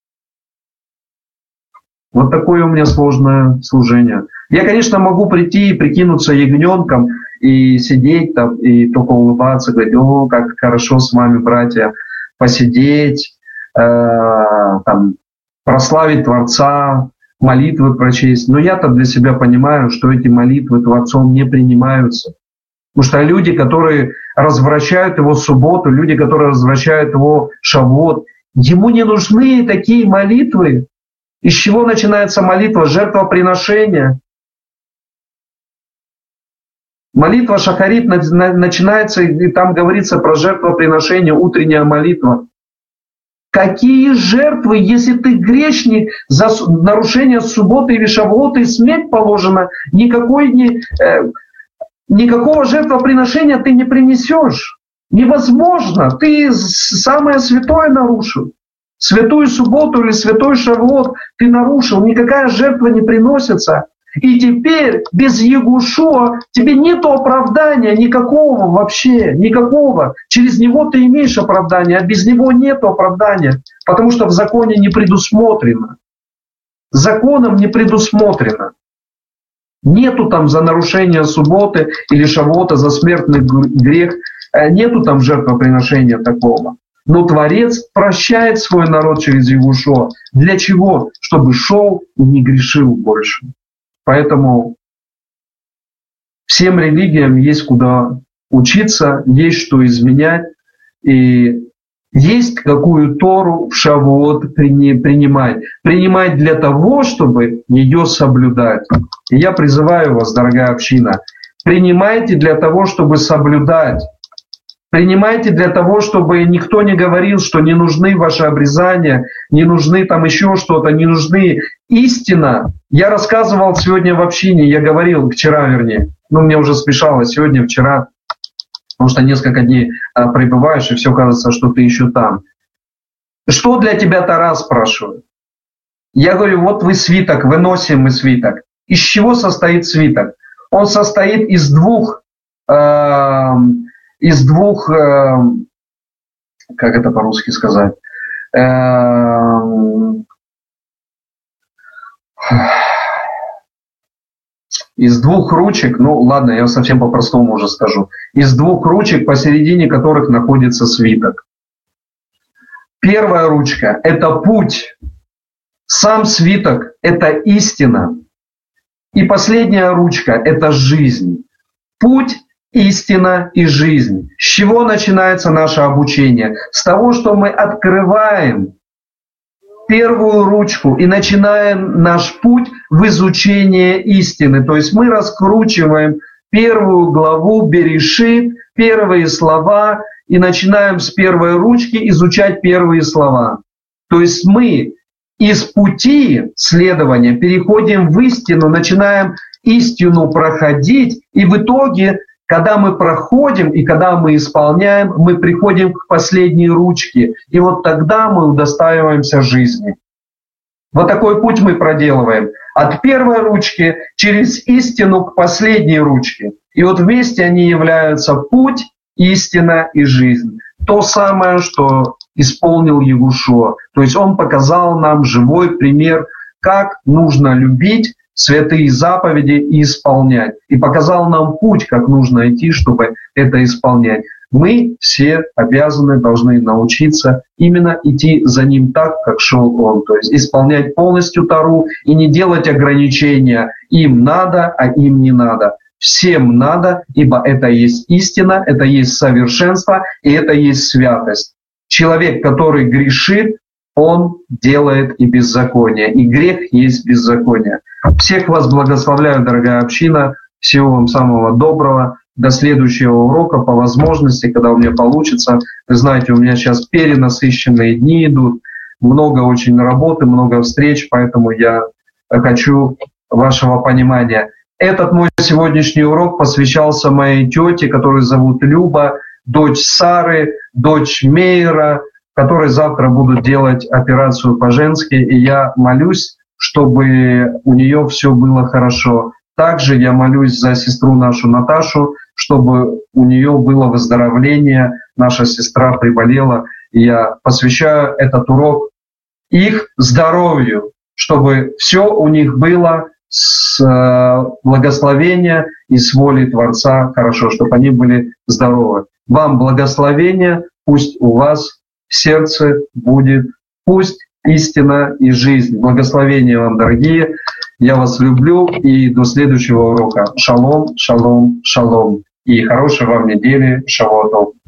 Вот такое у меня сложное служение. Я, конечно, могу прийти и прикинуться ягненком, и сидеть там, и только улыбаться, говорить: о, как хорошо с вами, братья, посидеть, э, там, прославить Творца, молитвы прочесть. Но я-то для себя понимаю, что эти молитвы Творцом не принимаются. Потому что люди, которые развращают Его субботу, люди, которые развращают Его шавот, Ему не нужны такие молитвы. Из чего начинается молитва? Жертвоприношение. Молитва шахарит начинается, и там говорится про жертвоприношение, утренняя молитва. Какие жертвы, если ты грешник, за нарушение субботы или шавуота и смерть положена, никакой не, э, никакого жертвоприношения ты не принесешь. Невозможно. Ты самое святое нарушил. Святую субботу или святой шавуот ты нарушил. Никакая жертва не приносится. И теперь без Ягушуа тебе нету оправдания никакого вообще, никакого. Через него ты имеешь оправдание, а без него нету оправдания, потому что в законе не предусмотрено. Законом не предусмотрено. Нету там за нарушение субботы или шавуота, за смертный грех, нету там жертвоприношения такого. Но Творец прощает свой народ через Ягушо. Для чего? Чтобы шел и не грешил больше. Поэтому всем религиям есть куда учиться, есть что изменять. И есть какую Тору в Шавуот принимать. Принимать для того, чтобы ее соблюдать. И я призываю вас, дорогая община, принимайте для того, чтобы соблюдать. Принимайте для того, чтобы никто не говорил, что не нужны ваши обрезания, не нужны там еще что-то, не нужны истина. Я рассказывал сегодня в общине, я говорил вчера, вернее, ну мне уже смешало сегодня, вчера, потому что несколько дней а, пребываешь, и все кажется, что ты еще там. Что для тебя Тора, спрашиваю? Я говорю, вот вы свиток, выносим мы свиток. Из чего состоит свиток? Он состоит из двух... Э, из двух, э, как это по-русски сказать, э, из двух ручек, ну ладно, я совсем по-простому уже скажу, из двух ручек, посередине которых находится свиток. Первая ручка – это путь, сам свиток – это истина, и последняя ручка – это жизнь. Путь, истина и жизнь. С чего начинается наше обучение? С того, что мы открываем первую ручку и начинаем наш путь в изучение истины. То есть мы раскручиваем первую главу Берешит, первые слова, и начинаем с первой ручки изучать первые слова. То есть мы из пути следования переходим в истину, начинаем истину проходить, и в итоге, когда мы проходим и когда мы исполняем, мы приходим к последней ручке. И вот тогда мы удостаиваемся жизни. Вот такой путь мы проделываем. От первой ручки через истину к последней ручке. И вот вместе они являются путь, истина и жизнь. То самое, что исполнил Ягушо. То есть он показал нам живой пример, как нужно любить святые заповеди и исполнять. И показал нам путь, как нужно идти, чтобы это исполнять. Мы все обязаны, должны научиться именно идти за ним так, как шел он. То есть исполнять полностью Тору и не делать ограничения. Им надо, а им не надо. Всем надо, ибо это есть истина, это есть совершенство и это есть святость. Человек, который грешит, он делает и беззаконие. И грех есть беззаконие. Всех вас благословляю, дорогая община. Всего вам самого доброго. До следующего урока по возможности, когда у меня получится. Вы знаете, у меня сейчас перенасыщенные дни идут. Много очень работы, много встреч, поэтому я хочу вашего понимания. Этот мой сегодняшний урок посвящался моей тете, которую зовут Люба, дочь Сары, дочь Мейра, которые завтра будут делать операцию по-женски, и я молюсь, чтобы у нее все было хорошо. Также я молюсь за сестру нашу Наташу, чтобы у нее было выздоровление, наша сестра приболела, и я посвящаю этот урок их здоровью, чтобы все у них было с благословения и с воли Творца хорошо, чтобы они были здоровы. Вам благословение, пусть у вас в сердце будет, пусть истина и жизнь. Благословения вам, дорогие. Я вас люблю и до следующего урока. Шалом, шалом, шалом. И хорошей вам недели. Шавуатов.